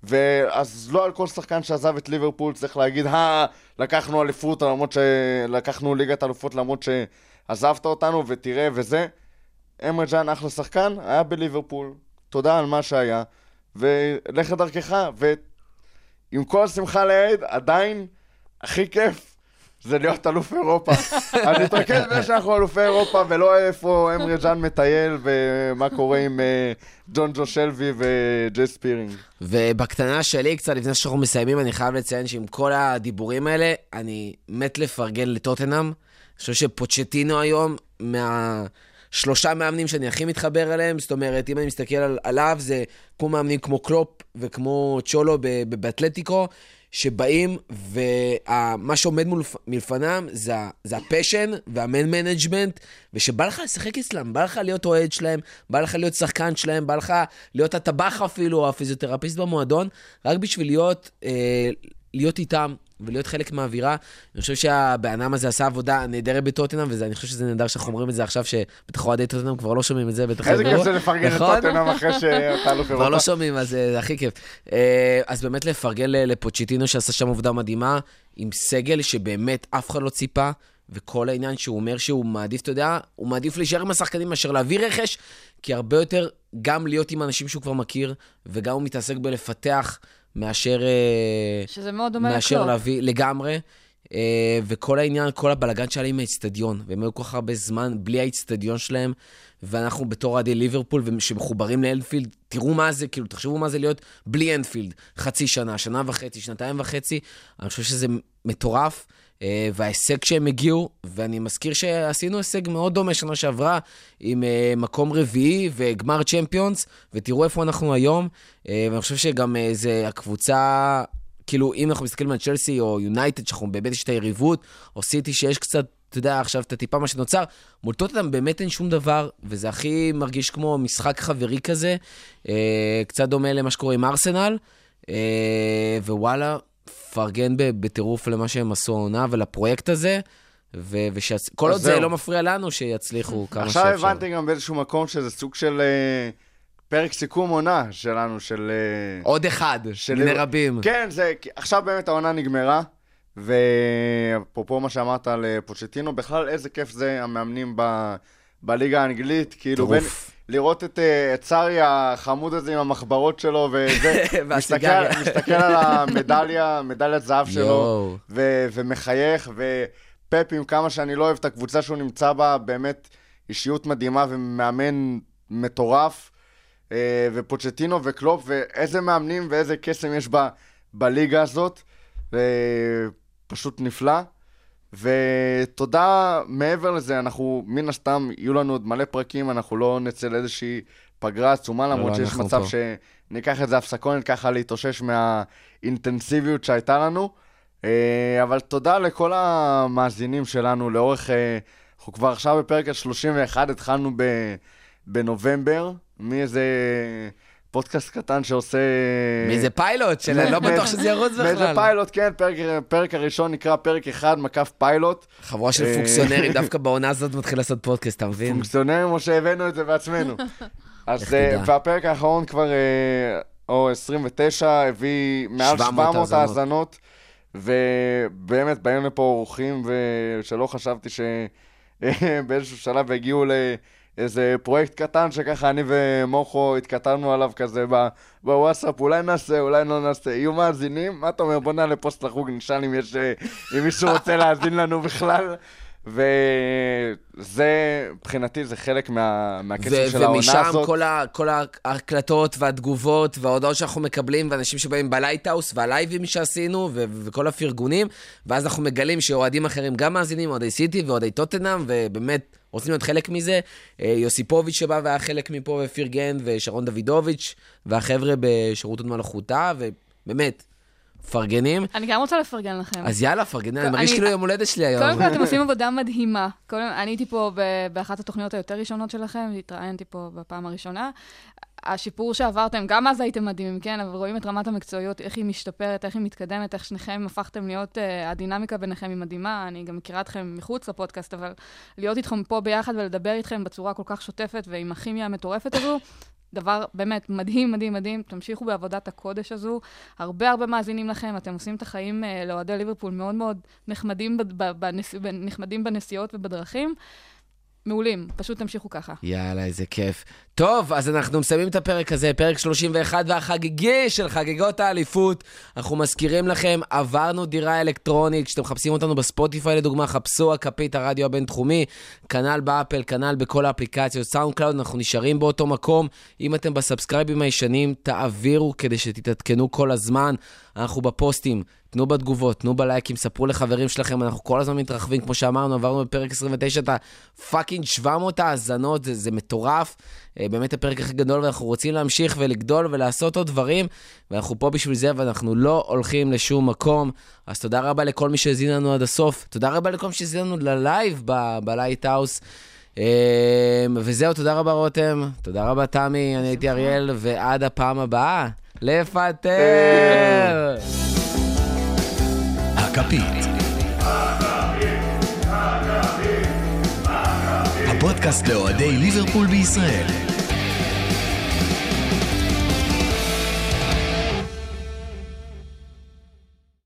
ואז לא על כל שחקן שעזב את ליברפול צריך להגיד, לקחנו אליפות, לקחנו ליגת אלופות למרות שעזבת אותנו, ותראה וזה. אמרי ג'אן אחלה שחקן, היה בליברפול, תודה על מה שהיה, ולך דרכך, ועם כל שמחה ליד, עדיין הכי כיף זה להיות אלוף אירופה. אני מתרכז בזה שאנחנו אלופי אירופה, ולא איפה אמרי ג'אן מטייל, ומה קורה עם ג'ון ג'ו שלוי וג'י ספירינג. ובקטנה שלי, קצת לפני שאנחנו מסיימים, אני חייב לציין שעם כל הדיבורים האלה, אני מת לפרגן לטוטנהאם. אני חושב שפוצ'טינו היום, מהשלושה מאמנים שאני הכי מתחבר אליהם, זאת אומרת, אם אני מסתכל עליו, זה כמו מאמנים כמו קלופ וכמו צ'ולו באתלטיקו, שבאים, ומה שעומד מלפנם זה הפשן והמן מנג'מנט, ושבא לך לשחק אצלם, בא לך להיות אוהד שלהם, בא לך להיות שחקן שלהם, בא לך להיות הטבח אפילו, או הפיזיותרפיסט במועדון, רק בשביל להיות איתם, ולהיות חלק מהאווירה. אני חושב שהבענם הזה עשה עבודה נהדרת בטוטנהאם, ואני חושב שזה נהדר שאנחנו אומרים את זה עכשיו, שבטח אוהדי טוטנהאם כבר לא שומעים את זה, בטח איזה כיף זה לפרגן את טוטנהאם אחרי שאתה אלוף אירופה. כבר לא שומעים, אז זה הכי כיף. אז באמת לפרגן לפוצ'טינו שעשה שם עבודה מדהימה, עם סגל שבאמת אף אחד לא ציפה, וכל העניין שהוא אומר שהוא מעדיף, אתה יודע, הוא מעדיף להישאר עם השחקנים מאשר להביא רכש, כי הרבה יותר גם להיות עם אנשים שהוא כבר מכיר, וגם הוא מתעסק בלפתח מאשר שזה מאוד דומה מאשר להביא לגמרי, וכל העניין, כל הבלגן שהיה עם האצטדיון, והם היו כל כך הרבה זמן בלי האצטדיון שלהם, ואנחנו בתור עדי ליברפול, שמחוברים לאנפילד, תראו מה זה, כאילו, תחשבו מה זה להיות בלי אנפילד, חצי שנה, שנה וחצי, שנתיים וחצי, אני חושב שזה מטורף, וההישג שהם הגיעו, ואני מזכיר שעשינו הישג מאוד דומה שנה שעברה, עם מקום רביעי וגמר צ'מפיונס, ותראו איפה אנחנו היום, ואני חושב שגם זה הקבוצה, כאילו אם אנחנו מסתכלים על צ'לסי או יונייטד, שאנחנו באמת יש את היריבות, או סיטי שיש קצת, אתה יודע, עכשיו את הטיפה מה שנוצר, מול טוטנהאם באמת אין שום דבר, וזה הכי מרגיש כמו משחק חברי כזה, קצת דומה למה שקורה עם ארסנל, ווואלה, פרגן בטירוף למה שהם עשו העונה ולפרויקט הזה, וכל עוד זה לא מפריע לנו שיצליחו כמה שאפשר. עכשיו הבנתי גם באיזשהו מקום שזה סוג של פרק סיכום עונה שלנו, של... עוד אחד, מיני רבים. כן, עכשיו באמת העונה נגמרה, ואפרופו מה שאמרת על פוצ'טינו, בכלל איזה כיף זה המאמנים בליגה האנגלית, כאילו לראות את צארי החמוד הזה עם המחברות שלו, וזה, מסתכל על המדליה, מדליית זהב שלו, ומחייך, ופפ עם כמה שאני לא אוהב את הקבוצה שהוא נמצא בה, באמת אישיות מדהימה ומאמן מטורף, ופוצ'טינו וקלופ, ואיזה מאמנים ואיזה קסם יש בליגה הזאת, ופשוט נפלא. ותודה מעבר לזה, אנחנו מן הסתם, יהיו לנו עוד מלא פרקים, אנחנו לא נצא לאיזושהי פגרה עצומה, למרות שיש מצב שניקח את זה הפסקונת ככה להתאושש מהאינטנסיביות שהייתה לנו, אבל תודה לכל המאזינים שלנו לאורך, אנחנו כבר עכשיו בפרק 31, התחלנו בנובמבר, מאיזה פודקאסט קטן שעושה... מאיזה פיילוט, שלא בטוח שזה ירוץ בכלל. מאיזה פיילוט, כן, פרק הראשון נקרא פרק 1, מקף פיילוט. חבורה של פונקציונרים, דווקא בעונה הזאת מתחיל לעשות פודקאסט, אתה מבין? פונקציונרים, או שהבאנו את זה בעצמנו. והפרק האחרון כבר, או 29, הביא מעל 700 האזנות, ובאמת באים לפה אורחים, ושלא חשבתי שבאיזשהו שלב הגיעו איזה פרויקט קטן שככה אני ומוחו התכתבנו עליו כזה בוואטסאפ, אולי נעשה, אולי לא נעשה, יהיו מאזינים? מה אתה אומר? בוא נעלה פוסט לחוג, נשאל אם מישהו רוצה להאזין לנו בכלל. וזה, מבחינתי, זה חלק מהקסם של העונה הזאת. ומשם כל ההקלטות והתגובות וההודעות שאנחנו מקבלים, ואנשים שבאים בלייטהאוס והלייבים שעשינו, וכל הפרגונים, ואז אנחנו מגלים שאוהדים אחרים גם מאזינים, אוהדי סיטי ואוהדי טוטנהאם, ובאמת רוצים להיות חלק מזה. יוסיפוביץ' שבא והיה חלק מפה ופרגן, ושרון דוידוביץ', והחבר'ה בשירות עוד מלאכותה, ובאמת, פרגנים. אני גם רוצה לפרגן לכם. אז יאללה, פרגנים. אני מרגיש כאילו יום הולדת שלי היום. קודם כל, אתם עושים עבודה מדהימה. אני הייתי פה באחת התוכניות היותר ראשונות שלכם, והתראיינתי פה בפעם הראשונה. השיפור שעברתם, גם אז הייתם מדהימים, כן? אבל רואים את רמת המקצועיות, איך היא משתפרת, איך היא מתקדמת, איך שניכם הפכתם להיות, הדינמיקה ביניכם היא מדהימה. אני גם מכירה אתכם מחוץ לפודקאסט, אבל להיות איתכם פה ביחד ולדבר איתכם בצורה כל כך שוטפת ועם הכימיה המטורפת הזו, דבר באמת מדהים, מדהים, מדהים. תמשיכו בעבודת הקודש הזו. הרבה מאזינים לכם. אתם עושים את החיים לאוהדי ליברפול מאוד מאוד נחמדים בנסיעות ובדרכים. מעולים, פשוט תמשיכו ככה. יאללה, איזה כיף. טוב, אז אנחנו מסיימים את הפרק הזה, פרק 31 והחגיגי של חגיגות האליפות. אנחנו מזכירים לכם, עברנו דירה אלקטרונית, כשאתם מחפשים אותנו בספוטיפיי לדוגמה, חפשו הכפית הרדיו הבינתחומי, כנ"ל באפל, כנ"ל בכל האפליקציות, סאונד קלאוד, אנחנו נשארים באותו מקום. אם אתם בסאבסקרייבים הישנים, תעבירו כדי שתתעדכנו כל הזמן. אנחנו בפוסטים, תנו בתגובות, תנו בלייקים, ספרו לחברים שלכם, אנחנו כל הזמן מתרחבים, כמו שאמרנו, עברנו בפרק 29 את הפאקינג 700 האזנות, זה מטורף, באמת הפרק הכי גדול, ואנחנו רוצים להמשיך ולגדול ולעשות עוד דברים, ואנחנו פה בשביל זה, ואנחנו לא הולכים לשום מקום. אז תודה רבה לכל מי שהזין לנו עד הסוף, תודה רבה לכל מי שהזין לנו ללייב בלייטהאוס, וזהו, תודה רבה רותם, תודה רבה תמי, אני הייתי אריאל, ועד הפעם הבאה, לפטר! הכפית. הפודקאסט לאוהדי ליברפול בישראל.